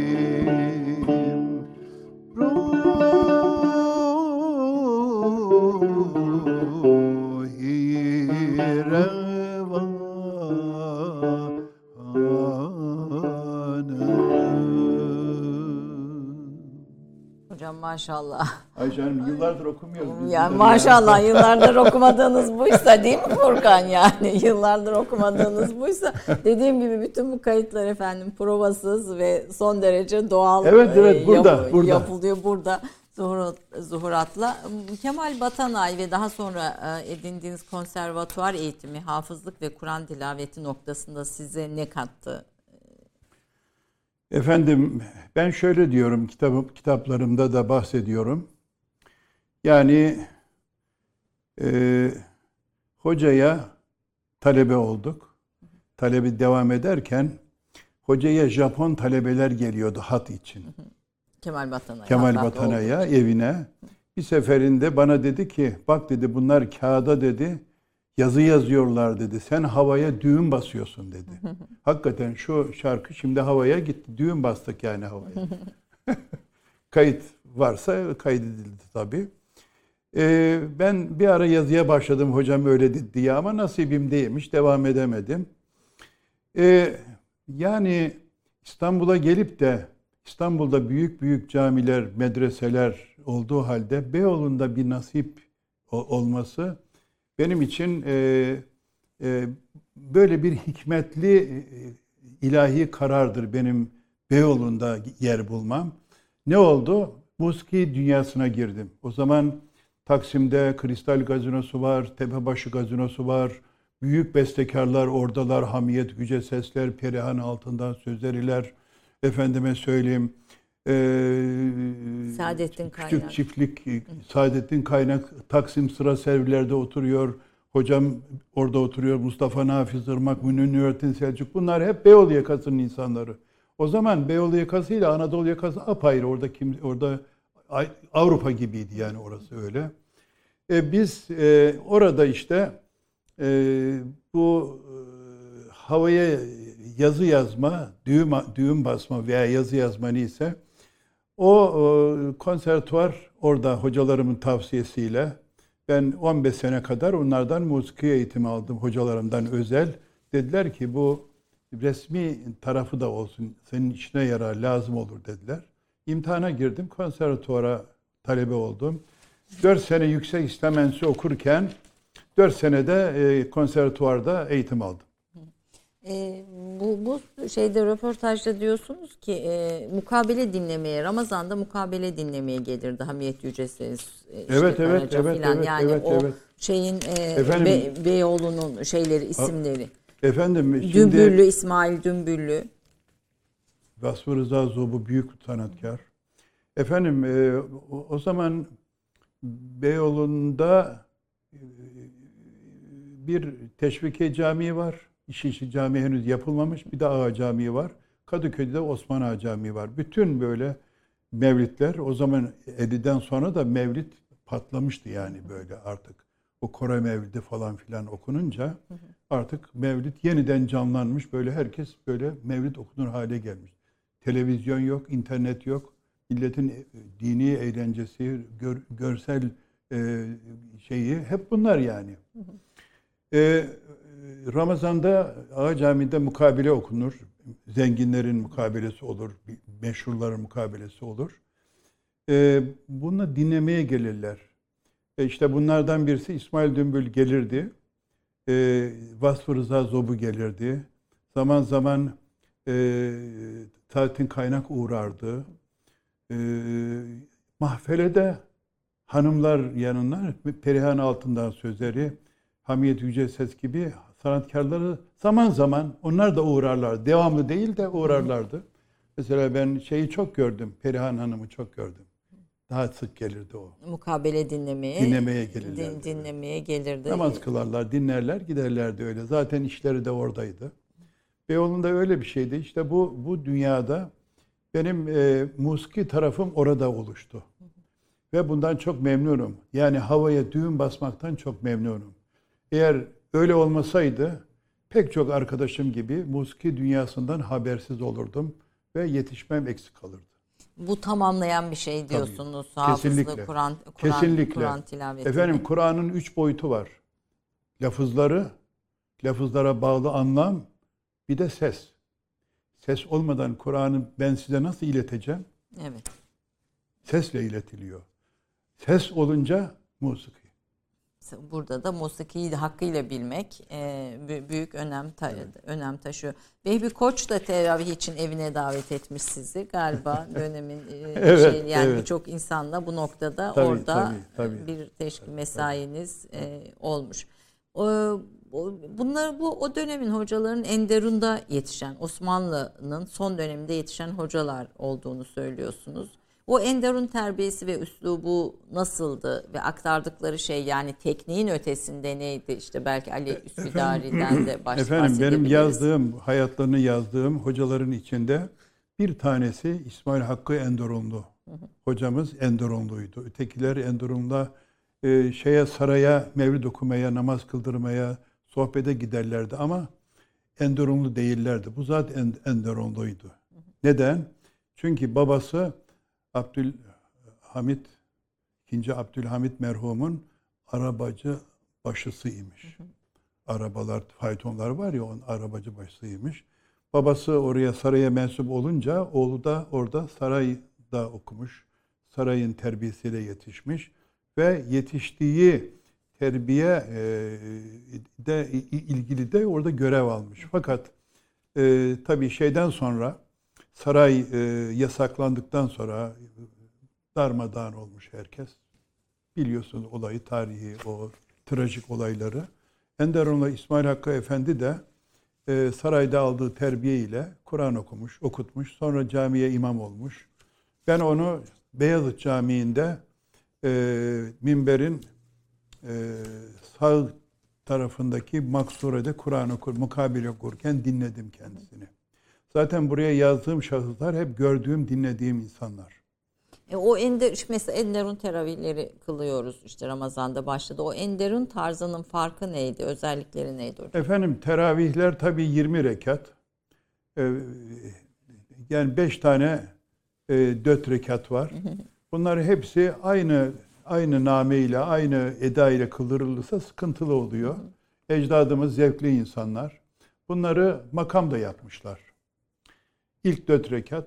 Hocam maşallah. Ayşe Hanım yıllardır okumuyoruz. Yani maşallah yıllardır okumadığınız buysa değil mi Furkan yani? Yıllardır okumadığınız buysa dediğim gibi bütün bu kayıtlar efendim provasız ve son derece doğal evet, evet, burada, yap- burada. yapılıyor burada. Zuhur, Zuhurat'la. Kemal Batanay ve daha sonra edindiğiniz konservatuvar eğitimi, hafızlık ve Kur'an tilaveti noktasında size ne kattı? Efendim ben şöyle diyorum, kitap, kitaplarımda da bahsediyorum. Yani e, hocaya talebe olduk. Talebi devam ederken hocaya Japon talebeler geliyordu hat için. Kemal Batanay. Kemal Batanay'a evine. Bir seferinde bana dedi ki bak dedi bunlar kağıda dedi yazı yazıyorlar dedi. Sen havaya düğüm basıyorsun dedi. Hakikaten şu şarkı şimdi havaya gitti. Düğüm bastık yani havaya. Kayıt varsa kaydedildi tabii. Ee, ben bir ara yazıya başladım hocam öyle dedi diye ama nasibim değilmiş. Devam edemedim. Ee, yani İstanbul'a gelip de İstanbul'da büyük büyük camiler, medreseler olduğu halde Beyoğlu'nda bir nasip olması benim için e, e, böyle bir hikmetli e, ilahi karardır benim Beyoğlu'nda yer bulmam. Ne oldu? Musiki dünyasına girdim. O zaman Taksim'de Kristal Gazinosu var, Tepebaşı Gazinosu var. Büyük bestekarlar oradalar. Hamiyet Yüce Sesler, Perihan Altından Sözleriler. Efendime söyleyeyim. E, Saadettin Kaynak. Küçük çiftlik, Saadettin Kaynak Taksim sıra servilerde oturuyor. Hocam orada oturuyor. Mustafa Nafiz Irmak, Münir Nurettin Selçuk. Bunlar hep Beyoğlu yakasının insanları. O zaman Beyoğlu yakası ile Anadolu yakası apayrı. Orada kim orada Avrupa gibiydi yani orası öyle. E, biz e, orada işte e, bu e, havaya yazı yazma, düğüm, düğüm basma veya yazı yazma neyse o e, konservatuvar orada hocalarımın tavsiyesiyle ben on beş sene kadar onlardan musiki eğitimi aldım hocalarımdan özel. Dediler ki bu resmi tarafı da olsun senin işine yarar lazım olur dediler. İmtihana girdim konservatuvara talebe oldum. dört sene yüksek İslam Enstitüsü okurken dört senede e, konservatuvarda eğitim aldım. E, bu, bu şeyde röportajda diyorsunuz ki e, mukabele dinlemeye, Ramazan'da mukabele dinlemeye gelirdi Hamiyet Yüce Ses. E, işte evet, evet, Karaca evet, filan. evet, yani evet, o evet. şeyin e, Efendim, Be, Beyoğlu'nun şeyleri, isimleri. Efendim şimdi Dümbüllü, İsmail Dümbüllü. Vasfı Rıza Zobu büyük sanatkar. Efendim e, o, o zaman Beyoğlu'nda e, bir Teşvikiye Camii var. İşişi Camii henüz yapılmamış. Bir de Ağa Camii var. Kadıköy'de Osman Ağa Camii var. Bütün böyle mevlitler o zaman elliden sonra da mevlit patlamıştı yani böyle artık. O Kore Mevlidi falan filan okununca artık mevlid yeniden canlanmış. Böyle herkes böyle mevlid okunur hale gelmiş. Televizyon yok, internet yok. Milletin dini eğlencesi, gör, görsel e, şeyi hep bunlar yani. E, Ramazan'da Ağa Camii'de mukabele okunur. Zenginlerin mukabelesi olur, meşhurların mukabelesi olur. E, bunu dinlemeye gelirler. E işte bunlardan birisi İsmail Dümbül gelirdi. E, Vasfı Rıza Zobu gelirdi. Zaman zaman e, Saadettin Kaynak uğrardı. E, mahfelede hanımlar yanına Perihan Altından Sözleri, Hamiyet Yüce Ses gibi sanatkarları zaman zaman onlar da uğrarlar. Devamlı değil de uğrarlardı. Mesela ben şeyi çok gördüm. Perihan Hanım'ı çok gördüm. Daha sık gelirdi o. Mukabele dinlemeye. Dinlemeye gelirlerdi. Din, dinlemeye gelirdi. Namaz kılarlar, dinlerler, giderlerdi öyle. Zaten işleri de oradaydı. Beyoğlu'nda öyle bir şeydi. İşte bu bu dünyada benim e, musiki tarafım orada oluştu. Ve bundan çok memnunum. Yani havaya düğüm basmaktan çok memnunum. Eğer öyle olmasaydı pek çok arkadaşım gibi musiki dünyasından habersiz olurdum ve yetişmem eksik kalırdı. Bu tamamlayan bir şey diyorsunuz. Tabii. Hafızlı Kesinlikle. Kur'an, Kesinlikle. Kur'an tilaveti. Efendim Kur'an'ın üç boyutu var. Lafızları, lafızlara bağlı anlam, bir de ses. Ses olmadan Kur'an'ı ben size nasıl ileteceğim? Evet. Sesle iletiliyor. Ses olunca musiki. Burada da musikiyi de hakkıyla bilmek e, büyük önem ta- evet. önem taşıyor. Vehbi Koç da teravih için evine davet etmiş sizi galiba dönemin e, evet, şey yani evet. birçok insanla bu noktada tabii, orada tabii, tabii. bir teşkil mesainiz e, olmuş. O, Bunlar bu o dönemin hocaların Enderun'da yetişen, Osmanlı'nın son döneminde yetişen hocalar olduğunu söylüyorsunuz. O Enderun terbiyesi ve üslubu nasıldı ve aktardıkları şey, yani tekniğin ötesinde neydi? İşte belki Ali Üsküdari'den de baş, Efendim benim yazdığım, hayatlarını yazdığım hocaların içinde bir tanesi İsmail Hakkı Enderunlu. Hocamız Enderunluydu. Ötekiler Enderun'da e, şeye saraya mevlid okumaya, namaz kıldırmaya, sohbete giderlerdi ama Enderunlu değillerdi. Bu zat Enderunluydu. Neden? Çünkü babası Abdülhamit, ikinci Abdülhamit merhumun arabacı başısıymış. Hı hı. Arabalar, faytonlar var ya, onun arabacı başısıymış. Babası oraya, saraya mensup olunca oğlu da orada sarayda okumuş. Sarayın terbiyesiyle yetişmiş ve yetiştiği terbiye e, de ilgili de orada görev almış. Fakat e, tabii şeyden sonra, saray e, yasaklandıktan sonra darmadağın olmuş herkes. Biliyorsunuz olayı, tarihi, o trajik olayları. Enderunlu İsmail Hakkı Efendi de e, sarayda aldığı terbiye ile Kur'an okumuş, okutmuş. Sonra camiye imam olmuş. Ben onu Beyazıt Camii'nde e, minberin e, sağ tarafındaki maksurede Kur'an okur, mukabele okurken dinledim kendisini. Zaten buraya yazdığım şahıslar hep gördüğüm, dinlediğim insanlar. E o Ender, mesela Enderun teravihleri kılıyoruz. İşte Ramazan'da başladı. O Enderun tarzının farkı neydi? Özellikleri neydi hocam? Efendim teravihler tabii yirmi rekat. Ee, yani beş tane e, dört rekat var. Bunlar hepsi aynı aynı name ile, aynı eda ile kıldırılırsa sıkıntılı oluyor. Ecdadımız zevkli insanlar. Bunları makamda yapmışlar. İlk dört rekat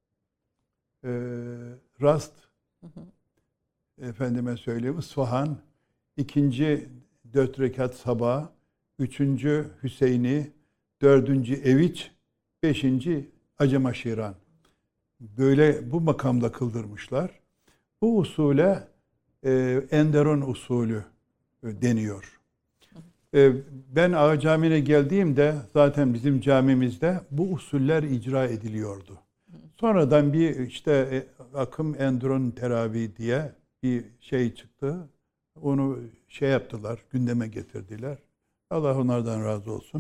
e, Rast, hı hı. efendime söyleyeyim, İsfahan, ikinci dört rekat Sabah, üçüncü Hüseyni, dördüncü Eviç, beşinci Acemaşiran. Böyle bu makamda kıldırmışlar. Bu usule e, Enderun usulü e, deniyor. E, ben Ağa Camii'ne geldiğimde zaten bizim camimizde bu usuller icra ediliyordu. Sonradan bir işte akım Enderun teravih diye bir şey çıktı. Onu şey yaptılar, gündeme getirdiler. Allah onlardan razı olsun.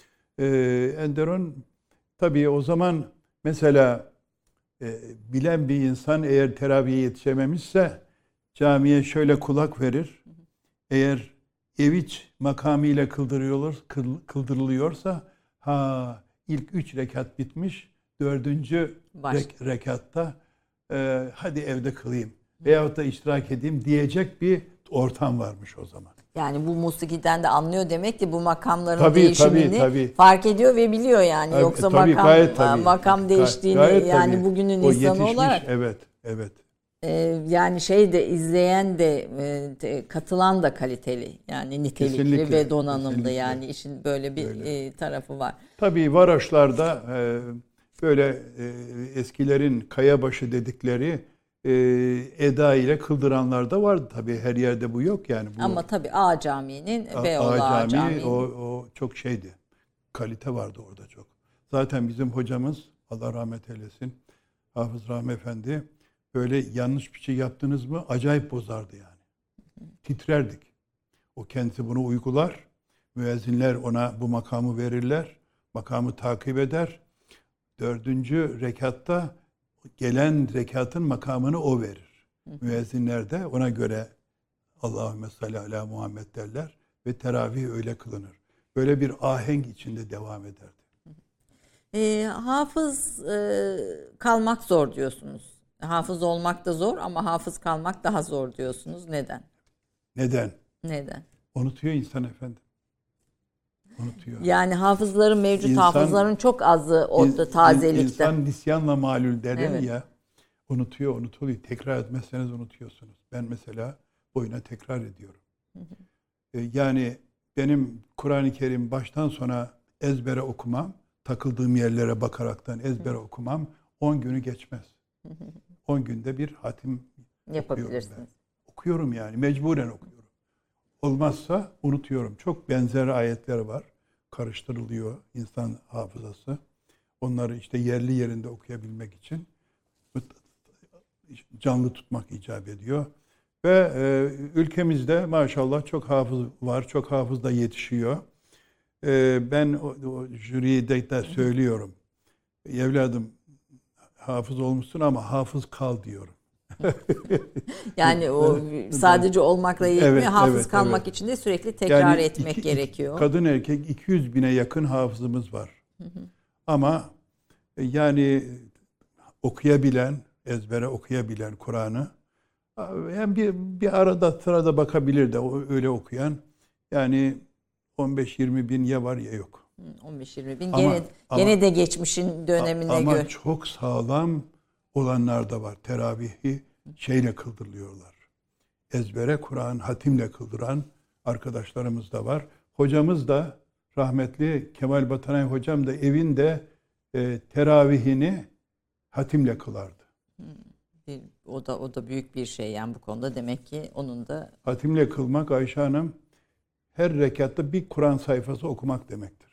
Ee, Enderun tabii o zaman mesela e, bilen bir insan eğer teravihe yetişememişse camiye şöyle kulak verir. Eğer Eviç makamıyla kıldırılıyor, kıldırılıyorsa ha ilk üç rekat bitmiş, dördüncü rek, rekatta e, hadi evde kılayım veyahut da iştirak edeyim diyecek bir ortam varmış o zaman. Yani bu musikiden de anlıyor demek ki bu makamların tabii, değişimini tabii, tabii. fark ediyor ve biliyor yani. Tabii, Yoksa tabii, makam gayet, tabii. makam değiştiğini gayet, yani tabii. bugünün o insanı yetişmiş, olarak. Evet, evet. E, yani şey de izleyen de e, katılan da kaliteli yani nitelikli kesinlikle, ve donanımlı kesinlikle. Yani işin böyle bir e, tarafı var. Tabii varoşlarda e, böyle e, eskilerin kayabaşı dedikleri e, eda ile kıldıranlar da vardı. Tabii her yerde bu yok yani. Bu, Ama tabii Ağa Camii'nin, Beyoğlu Ağa Camii o, o çok şeydi. Kalite vardı orada çok. Zaten bizim hocamız Allah rahmet eylesin Hafız Rahmi Efendi böyle yanlış bir şey yaptınız mı acayip bozardı yani. Titrerdik. O kendisi bunu uygular. Müezzinler ona bu makamı verirler. Makamı takip eder. Dördüncü rekatta gelen rekatın makamını o verir. Müezzinler de ona göre Allahümme salli ala Muhammed derler ve teravih öyle kılınır. Böyle bir ahenk içinde devam ederdi. E, hafız e, kalmak zor diyorsunuz. Hafız olmak da zor ama hafız kalmak daha zor diyorsunuz. Neden? Neden? Neden? Unutuyor insan efendim. Unutuyor. Yani hafızların mevcut İnsan, hafızların çok azı orada tazelikte. İnsan nisyanla malul derler evet. ya. Unutuyor, unutuluyor. Tekrar etmezseniz unutuyorsunuz. Ben mesela boyuna tekrar ediyorum. Hı hı. Yani benim Kur'an-ı Kerim baştan sona ezbere okumam, takıldığım yerlere bakaraktan ezbere hı. okumam on günü geçmez. on günde bir hatim yapabilirsiniz. okuyorum, okuyorum yani mecburen okuyorum. olmazsa unutuyorum. Çok benzer ayetler var. Karıştırılıyor insan hafızası. Onları işte yerli yerinde okuyabilmek için canlı tutmak icap ediyor. Ve e, ülkemizde maşallah çok hafız var. Çok hafız da yetişiyor. E, ben o, o jüride de söylüyorum. Evladım hafız olmuşsun ama hafız kal diyorum. Yani o sadece olmakla yetmiyor. Evet, hafız evet, kalmak evet. için de sürekli tekrar yani etmek iki, gerekiyor. Kadın erkek iki yüz bine yakın hafızımız var. Hı hı. Ama yani okuyabilen, ezbere okuyabilen Kur'an'ı hem bir bir arada sırada bakabilir de öyle okuyan yani on beş yirmi bin ya var ya yok. on beş yirmi bin ama, gene, ama, gene de geçmişin dönemine ama göre. Ama çok sağlam olanlar da var. Teravihi şeyle kıldırıyorlar. Ezbere Kur'an hatimle kıldıran arkadaşlarımız da var. Hocamız da rahmetli Kemal Batanay hocam da evinde e, teravihini hatimle kılardı. Hmm. O da o da büyük bir şey yani bu konuda demek ki onun da hatimle kılmak Ayşe Hanım her rekatta bir Kur'an sayfası okumak demektir.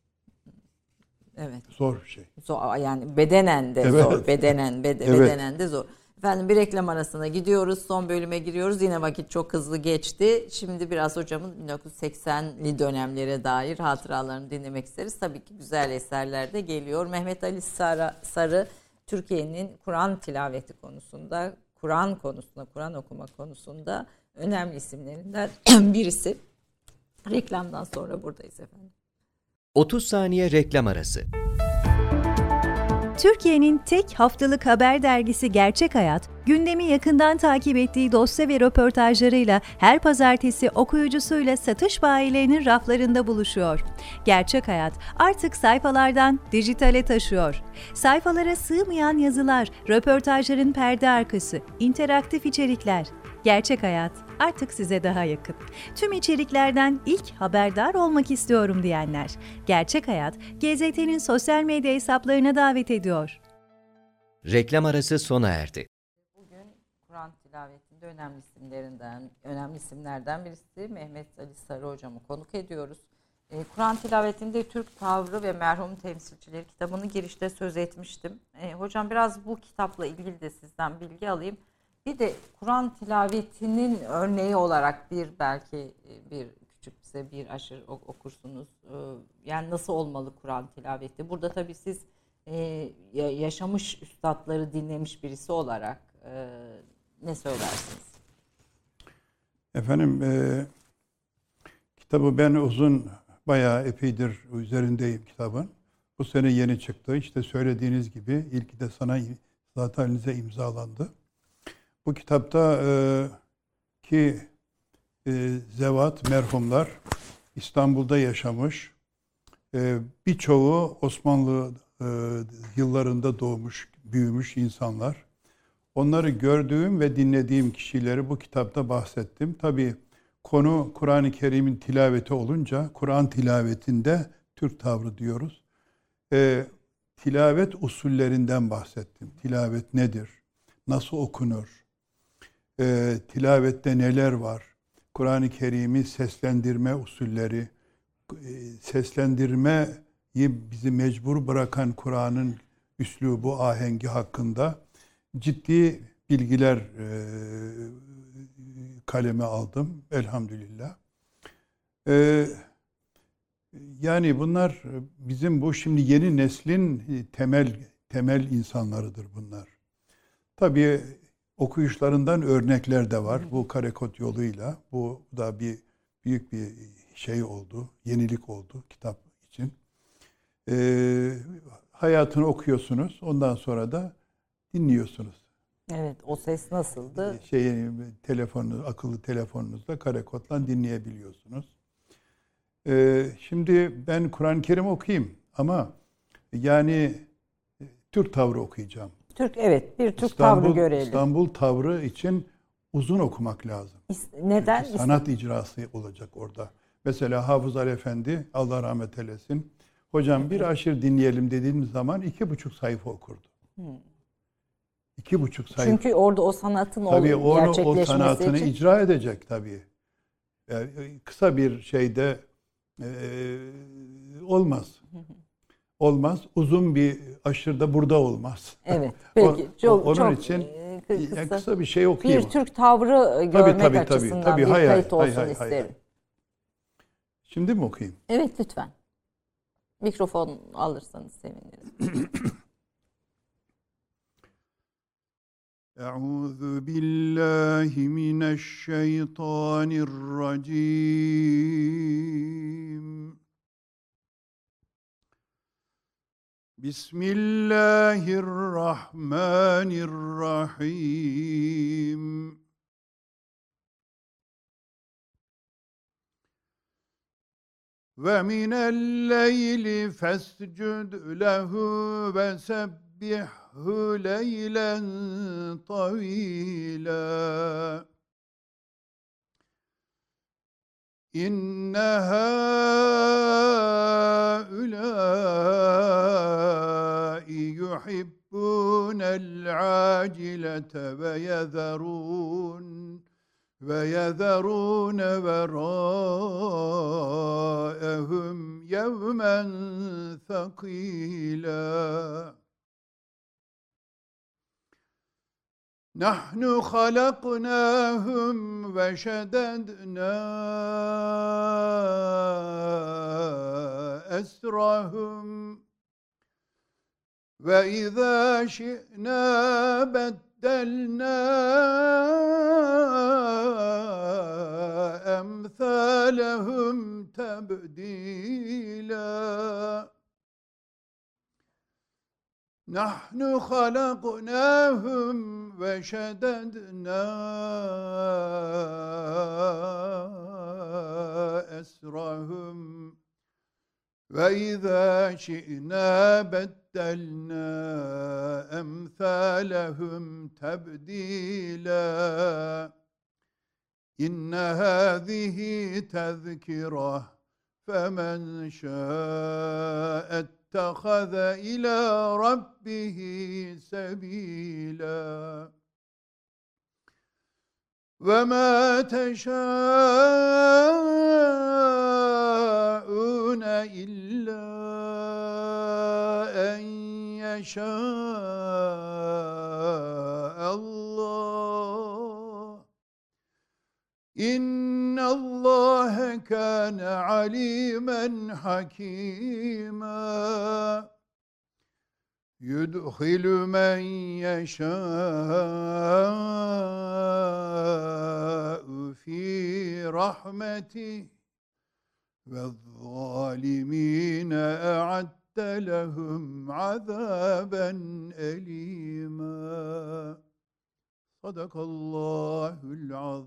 Evet. Zor bir şey. Zor, yani bedenen de evet. zor. Bedenen bede, evet. bedenen de zor. Efendim bir reklam arasına gidiyoruz. Son bölüme giriyoruz. Yine vakit çok hızlı geçti. Şimdi biraz hocamın bin dokuz yüz seksenli dönemlere dair hatıralarını dinlemek isteriz. Tabii ki güzel eserler de geliyor. Mehmet Ali Sarı, Sarı Türkiye'nin Kur'an tilaveti konusunda, Kur'an konusunda, Kur'an okuma konusunda önemli isimlerinden birisi. Reklamdan sonra buradayız efendim. otuz saniye reklam arası. Türkiye'nin tek haftalık haber dergisi Gerçek Hayat, gündemi yakından takip ettiği dosya ve röportajlarıyla her pazartesi okuyucusuyla satış bayilerinin raflarında buluşuyor. Gerçek Hayat artık sayfalardan dijitale taşıyor. Sayfalara sığmayan yazılar, röportajların perde arkası, interaktif içerikler. Gerçek Hayat artık size daha yakın. Tüm içeriklerden ilk haberdar olmak istiyorum diyenler. Gerçek Hayat, G Z T'nin sosyal medya hesaplarına davet ediyor. Reklam arası sona erdi. Bugün Kur'an tilavetinde önemli isimlerinden, önemli isimlerden birisi Mehmet Ali Sarı hocamı konuk ediyoruz. Ee, Kur'an tilavetinde Türk tavrı ve merhum temsilcileri kitabını girişte söz etmiştim. Ee, hocam biraz bu kitapla ilgili de sizden bilgi alayım. Bir de Kur'an tilavetinin örneği olarak bir belki bir küçük bize bir aşır okursunuz. Yani nasıl olmalı Kur'an tilaveti? Burada tabii siz yaşamış üstadları dinlemiş birisi olarak ne söylersiniz? Efendim e, kitabı ben uzun bayağı epeydir üzerindeyim kitabın. Bu sene yeni çıktı. İşte söylediğiniz gibi ilki de sana zaten elinize imzalandı. Bu kitapta e, ki e, zevat, merhumlar İstanbul'da yaşamış. E, birçoğu Osmanlı e, yıllarında doğmuş, büyümüş insanlar. Onları gördüğüm ve dinlediğim kişileri bu kitapta bahsettim. Tabii konu Kur'an-ı Kerim'in tilaveti olunca Kur'an tilavetinde Türk tavrı diyoruz. E, tilavet usullerinden bahsettim. Tilavet nedir? Nasıl okunur? E, tilavette neler var? Kur'an-ı Kerim'i seslendirme usulleri, e, seslendirmeyi bizi mecbur bırakan Kur'an'ın üslubu, ahengi hakkında ciddi bilgiler e, kaleme aldım elhamdülillah. E, yani bunlar bizim bu şimdi yeni neslin temel temel insanlarıdır bunlar. Tabii okuyuşlarından örnekler de var. Bu karekod yoluyla. Bu da bir büyük bir şey oldu. Yenilik oldu kitap için. Ee, hayatını okuyorsunuz. Ondan sonra da dinliyorsunuz. Evet. O ses nasıldı? Şey, telefonunuz, akıllı telefonunuzda karekodla dinleyebiliyorsunuz. Ee, şimdi ben Kur'an-ı Kerim okuyayım ama yani Türk tavrı okuyacağım. Türk evet bir Türk İstanbul, tavrı görelim. İstanbul tavrı için uzun okumak lazım. Neden? Çünkü sanat icrası olacak orada. Mesela Hafız Ali Efendi, Allah rahmet eylesin. Hocam bir aşır dinleyelim dediğimiz zaman iki buçuk sayfa okurdu. Hmm. İki buçuk sayfa. Çünkü orada o sanatın tabii onu, onu, gerçekleşmesi o sanatını için. icra edecek tabii. Yani kısa bir şeyde e, olmaz. Olmaz. Uzun bir aşırıda burada olmaz. Evet. Peki. O, çok, onun çok için kısa, yani kısa bir şey okuyayım. bir Türk tavrı görmek tabii, açısından tabii, tabii. bir Hay, kayıt hay, olsun hay, hay, isterim. hay. Şimdi mi okuyayım? Evet, lütfen. Mikrofon alırsanız seviniriz. Euzu billahi mineşşeytanirracim. Bismillahirrahmanirrahim. Ve minel leyli fescud lehu ve sebbihhu leylen tavila. İnne hâulâi yuhibbûnel âcilete ve yezerûn ve yezerûne verâehum yevmen thakîlâ. Nahnu halaknâhum ve şedednâ esrahum ve izâ şi'nâ beddelnâ emthâlehum tebdîlâ. Nahnu halaknâhum ve şedednâ esrahum ve izâ şi'nâ beddelnâ emthâlehum tebdîlâ. İnne hâzihi tezkirah femen şâ'et اتخذ إلى ربه سبيلا وما تشاءون إلا أن يشاء الله إن الله كان عليما حكيما يدخل من يشاء في رحمته والظالمين أعد لهم عذابا أليما. Sadakallahul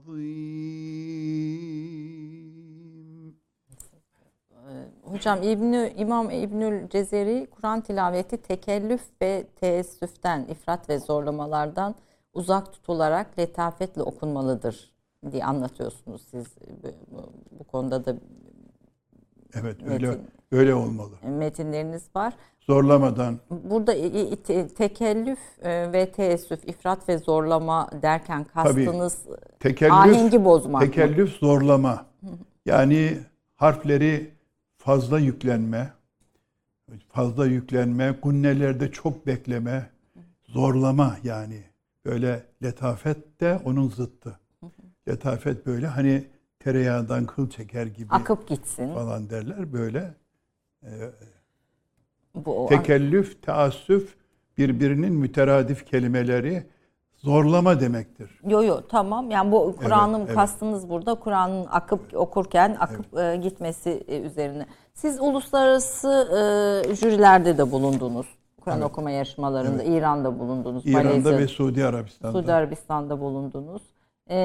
azim. Hocam İbnü, İmam İbnül Cezeri Kur'an tilaveti tekellüf ve teessüften, ifrat ve zorlamalardan uzak tutularak letafetle okunmalıdır diye anlatıyorsunuz siz. Bu, bu konuda da evet metin, öyle öyle olmalı. Metinleriniz var. Zorlamadan. Burada tekellüf ve teessüf, ifrat ve zorlama derken kastınız tekellüf, ahengi bozmak mı? Tekellüf zorlama. Yani harfleri fazla yüklenme, fazla yüklenme, gunnelerde çok bekleme, zorlama yani. Böyle letafet de onun zıttı. Letafet böyle hani tereyağından kıl çeker gibi. Akıp gitsin. Falan derler böyle. E, Bu tekellüf, teassüf birbirinin müteradif kelimeleri zorlama demektir. Yo yo tamam. Yani bu Kur'an'ın evet, kastınız evet. Burada Kur'an'ın akıp okurken akıp evet. e, gitmesi e, üzerine. Siz uluslararası e, jürilerde de bulundunuz. Kur'an evet. okuma yarışmalarında evet. İran'da bulundunuz. İran'da Malezya, ve Suudi Arabistan'da. Suudi Arabistan'da bulundunuz. E,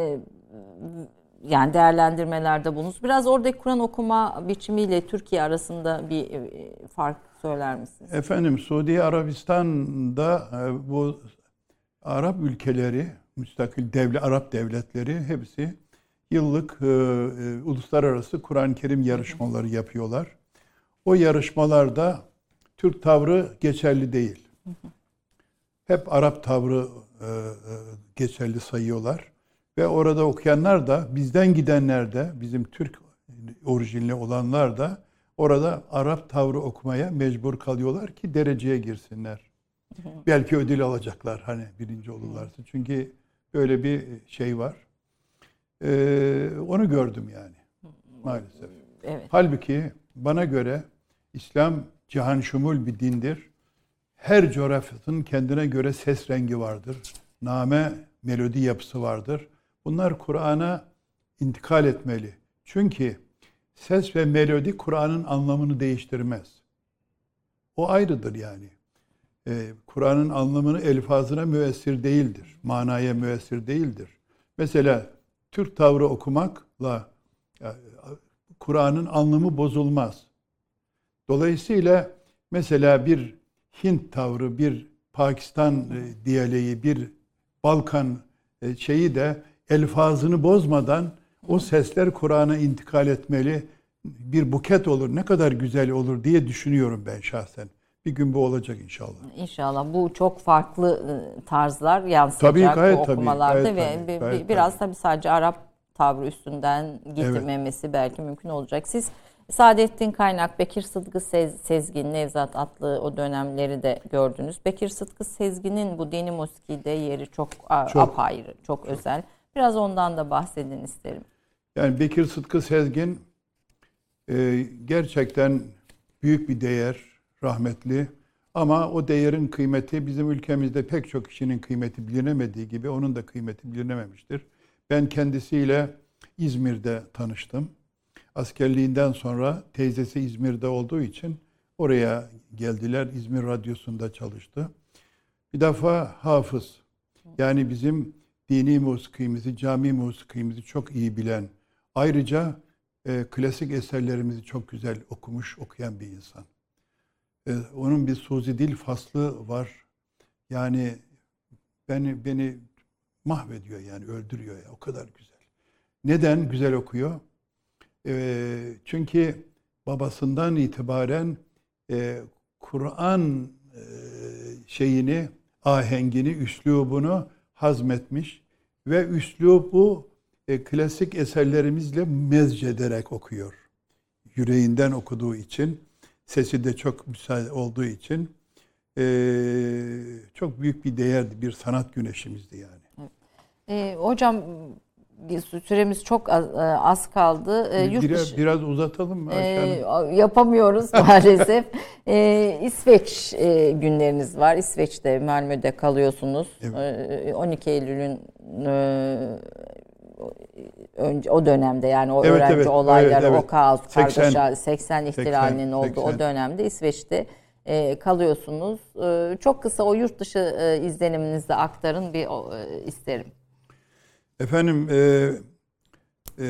yani değerlendirmelerde bulundunuz. Biraz oradaki Kur'an okuma biçimiyle Türkiye arasında bir e, fark söyler misiniz? Efendim Suudi Arabistan'da e, bu Arap ülkeleri, müstakil devlet, Arap devletleri hepsi yıllık e, e, uluslararası Kur'an-ı Kerim yarışmaları yapıyorlar. O yarışmalarda Türk tavrı geçerli değil. Hep Arap tavrı e, e, geçerli sayıyorlar. Ve orada okuyanlar da, bizden gidenler de, bizim Türk orijinli olanlar da orada Arap tavrı okumaya mecbur kalıyorlar ki dereceye girsinler. Hı hı. Belki ödül alacaklar hani birinci olurlarsa. Hı. Çünkü böyle bir şey var. Ee, onu gördüm yani maalesef. Evet. Halbuki bana göre İslam cihan şumul bir dindir. Her coğrafyanın kendine göre ses rengi vardır. Name, melodi yapısı vardır. Bunlar Kur'an'a intikal etmeli. Çünkü ses ve melodi Kur'an'ın anlamını değiştirmez. O ayrıdır yani. Ee, Kur'an'ın anlamını elfazına müessir değildir. Manaya müessir değildir. Mesela Türk tavrı okumakla Kur'an'ın anlamı bozulmaz. Dolayısıyla mesela bir Hint tavrı, bir Pakistan diyaleği, bir Balkan şeyi de elfazını bozmadan o sesler Kur'an'a intikal etmeli. Bir buket olur, ne kadar güzel olur diye düşünüyorum ben şahsen. Bir gün bu olacak inşallah. İnşallah. Bu çok farklı tarzlar yansıyacak tabii, gayet, bu okumalarda tabii, ve gayet, gayet, biraz tabii. tabii sadece Arap tavrı üstünden getirmemesi evet. belki mümkün olacak. Siz Saadettin Kaynak, Bekir Sıtkı Sezgin, Nevzat Atlı o dönemleri de gördünüz. Bekir Sıtkı Sezgin'in bu dini musikide yeri çok, çok apayrı, çok, çok özel. Biraz ondan da bahsedin isterim. Yani Bekir Sıtkı Sezgin e, gerçekten büyük bir değer, rahmetli. Ama o değerin kıymeti bizim ülkemizde pek çok kişinin kıymeti bilinemediği gibi onun da kıymeti bilinememiştir. Ben kendisiyle İzmir'de tanıştım. Askerliğinden sonra teyzesi İzmir'de olduğu için oraya geldiler. İzmir Radyosu'nda çalıştı. Bir defa hafız. Yani bizim dini musikimizi, cami musikimizi çok iyi bilen, ayrıca e, klasik eserlerimizi çok güzel okumuş, okuyan bir insan. E, onun bir Suzi Dil faslı var. Yani beni beni mahvediyor yani, öldürüyor ya, o kadar güzel. Neden güzel okuyor? E, çünkü babasından itibaren e, Kur'an e, şeyini, ahengini, üslubunu hazmetmiş ve üslubu e, klasik eserlerimizle mezcederek okuyor. Yüreğinden okuduğu için, sesi de çok müsait olduğu için e, çok büyük bir değerdi, bir sanat güneşimizdi yani. E, hocam süremiz çok az, az kaldı. E, yurt biraz, dışı, biraz uzatalım mı? E, yapamıyoruz maalesef. e, İsveç e, günleriniz var. İsveç'te, Malmö'de kalıyorsunuz. Evet. E, on iki Eylül'ün e, önce o dönemde yani o evet, öğrenci evet, olayları, evet, evet. o kaos, kargaşa, seksen ihtilalinin seksen, olduğu seksen. o dönemde İsveç'te e, kalıyorsunuz. E, çok kısa o yurt dışı e, izleniminizi de aktarın bir e, isterim. Efendim e, e,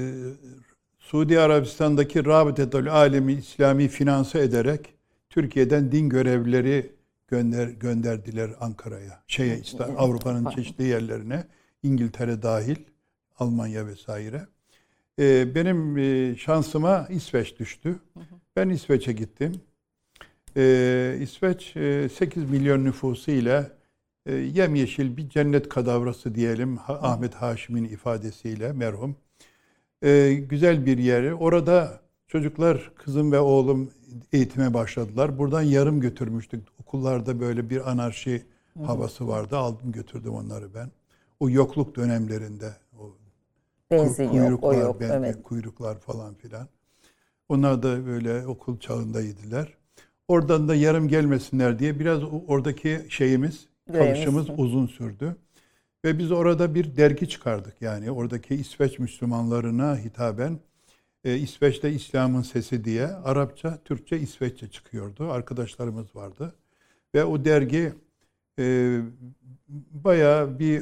Suudi Arabistan'daki Rabıtetül Alemi İslami finanse ederek Türkiye'den din görevlileri gönder gönderdiler Ankara'ya, şeye işte Avrupa'nın çeşitli yerlerine, İngiltere dahil, Almanya vesaire. E, benim e, şansıma İsveç düştü. Ben İsveç'e gittim. E, İsveç e, sekiz milyon nüfusu ile e, yemyeşil bir cennet kadavrası diyelim, ha, Ahmet Haşim'in ifadesiyle merhum. E, güzel bir yeri. Orada çocuklar, kızım ve oğlum eğitime başladılar. Buradan yarım götürmüştük. Okullarda böyle bir anarşi Hı-hı. havası vardı. Aldım götürdüm onları ben. O yokluk dönemlerinde. O Benzin kuyruklar, yok, o yok. Ben, evet. Kuyruklar falan filan. Onlar da böyle okul çağındaydılar. Oradan da yarım gelmesinler diye biraz oradaki şeyimiz, çalışımız uzun sürdü. Ve biz orada bir dergi çıkardık. Yani oradaki İsveç Müslümanlarına hitaben e, İsveç'te İslam'ın Sesi diye Arapça, Türkçe, İsveççe çıkıyordu. Arkadaşlarımız vardı. Ve o dergi e, bayağı bir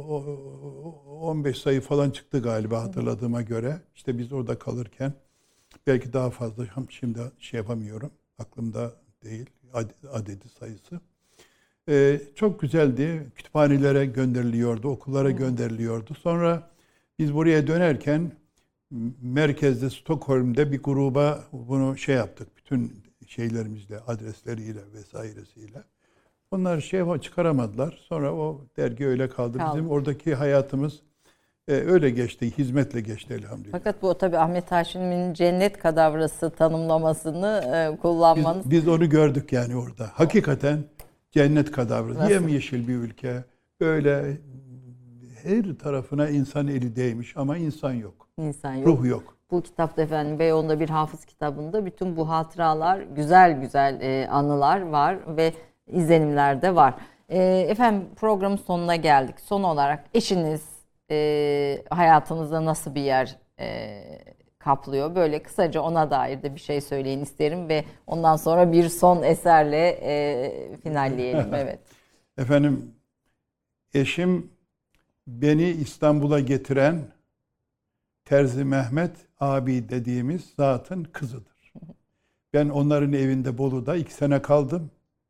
on beş sayı falan çıktı galiba hatırladığıma göre. İşte biz orada kalırken belki daha fazla, şimdi şey yapamıyorum. Aklımda değil adedi, sayısı. Ee, çok güzeldi. Kütüphanelere gönderiliyordu, okullara hmm. gönderiliyordu. Sonra biz buraya dönerken merkezde, Stockholm'de bir gruba bunu şey yaptık. Bütün şeylerimizle, adresleriyle vesairesiyle. Onlar şey çıkaramadılar. Sonra o dergi öyle kaldı. kaldı. Bizim oradaki hayatımız E, öyle geçti, hizmetle geçti elhamdülillah. Fakat bu tabii Ahmet Haşim'in cennet kadavrası tanımlamasını e, kullanmanız. Biz, biz onu gördük yani orada. Hakikaten cennet kadavrası. Yemyeşil bir ülke. Böyle her tarafına insan eli değmiş ama insan yok. İnsan yok. Ruh yok. Bu kitapta efendim Beyoğlu'nda bir hafız kitabında bütün bu hatıralar, güzel güzel e, anılar var ve izlenimler de var. E, efendim programın sonuna geldik. Son olarak eşiniz e, hayatınızda nasıl bir yer e, kaplıyor? Böyle kısaca ona dair de bir şey söyleyin isterim ve ondan sonra bir son eserle e, finalleyelim. Evet. Efendim, eşim beni İstanbul'a getiren Terzi Mehmet abi dediğimiz zatın kızıdır. Ben onların evinde Bolu'da iki sene kaldım.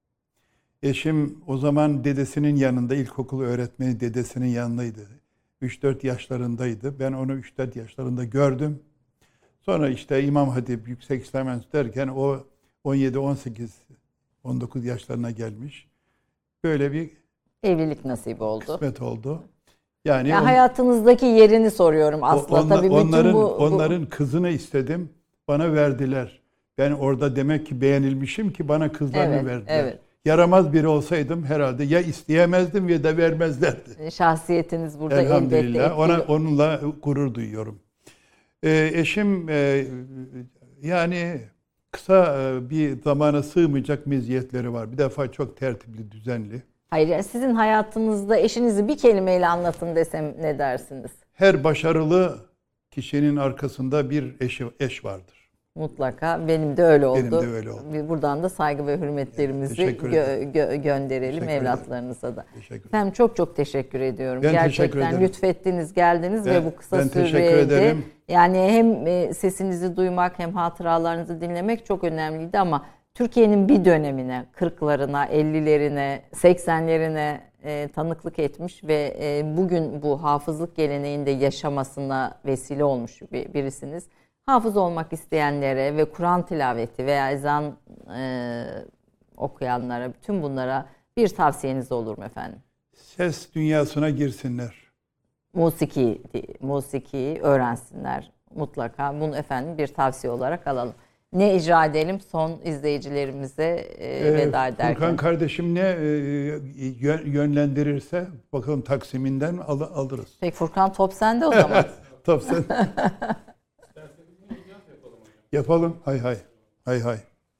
Eşim o zaman dedesinin yanında, ilkokul öğretmeni dedesinin yanındaydı. üç dört yaşlarındaydı. Ben onu üç dört yaşlarında gördüm. Sonra işte İmam Hatip, Yüksek İslam Enstitüsü derken o on yedi on sekiz on dokuz yaşlarına gelmiş. Böyle bir evlilik nasip oldu. Kısmet oldu. Yani, yani on, hayatınızdaki yerini soruyorum aslında. Onla, Tabii bütün onların, bu, onların bu... kızını istedim. Bana verdiler. Ben orada demek ki beğenilmişim ki bana kızlarını evet, verdiler. Evet. Yaramaz biri olsaydım herhalde ya isteyemezdim ya da vermezlerdi. Şahsiyetiniz burada elhamdülillah. elbette etkili. Ona, onunla gurur duyuyorum. Ee, eşim e, yani kısa e, bir zamana sığmayacak meziyetleri var. Bir defa çok tertipli, düzenli. Hayır, sizin hayatınızda eşinizi bir kelimeyle anlatın desem ne dersiniz? Her başarılı kişinin arkasında bir eşi, eş vardır. Mutlaka. Benim de öyle oldu. Benim de öyle oldu. Buradan da saygı ve hürmetlerimizi gö- gö- gönderelim teşekkür evlatlarınıza ederim. da. Teşekkür Efendim çok çok teşekkür ediyorum. Ben Gerçekten teşekkür ederim. lütfettiniz, geldiniz ben, ve bu kısa ben sürede yani hem sesinizi duymak hem hatıralarınızı dinlemek çok önemliydi ama Türkiye'nin bir dönemine, kırklarına, ellilerine, seksenlerine e, tanıklık etmiş ve e, bugün bu hafızlık geleneğinde yaşamasına vesile olmuş bir, birisiniz. Hafız olmak isteyenlere ve Kur'an tilaveti veya ezan e, okuyanlara, bütün bunlara bir tavsiyeniz olur mu efendim? Ses dünyasına girsinler. Musiki, musiki öğrensinler mutlaka. Bunu efendim bir tavsiye olarak alalım. Ne icra edelim son izleyicilerimize e, veda ederken? Furkan kardeşim ne e, yönlendirirse bakalım Taksim'inden al, alırız. Peki Furkan top sende o zaman. Top sen. Yapalım. Hay hay. Hay hay.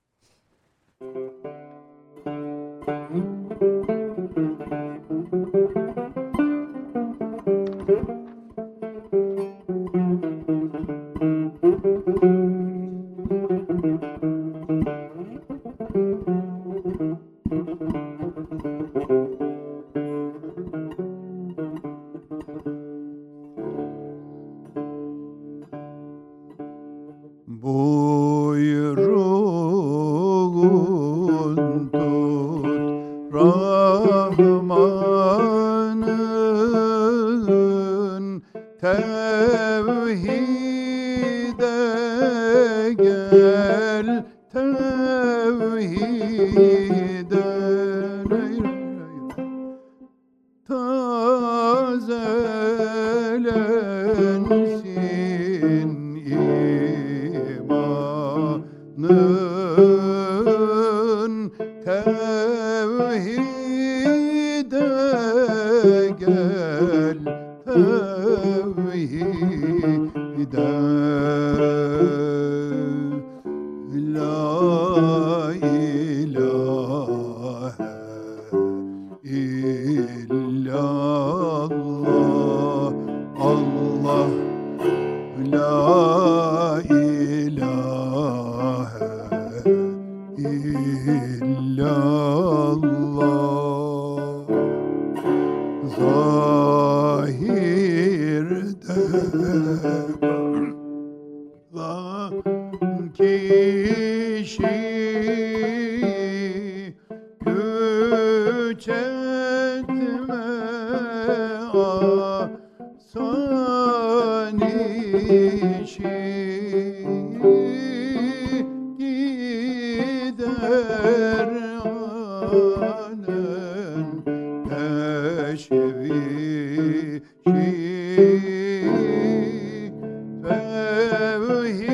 Buyruğun tut Rahman'ın tevhide gel tevhide tazelensin imanın tevhide gel tevhide la ilahe illallah Allah la ilahe illallah zahirde lan kişi güç etme asan işi gider anen teşvişi mühim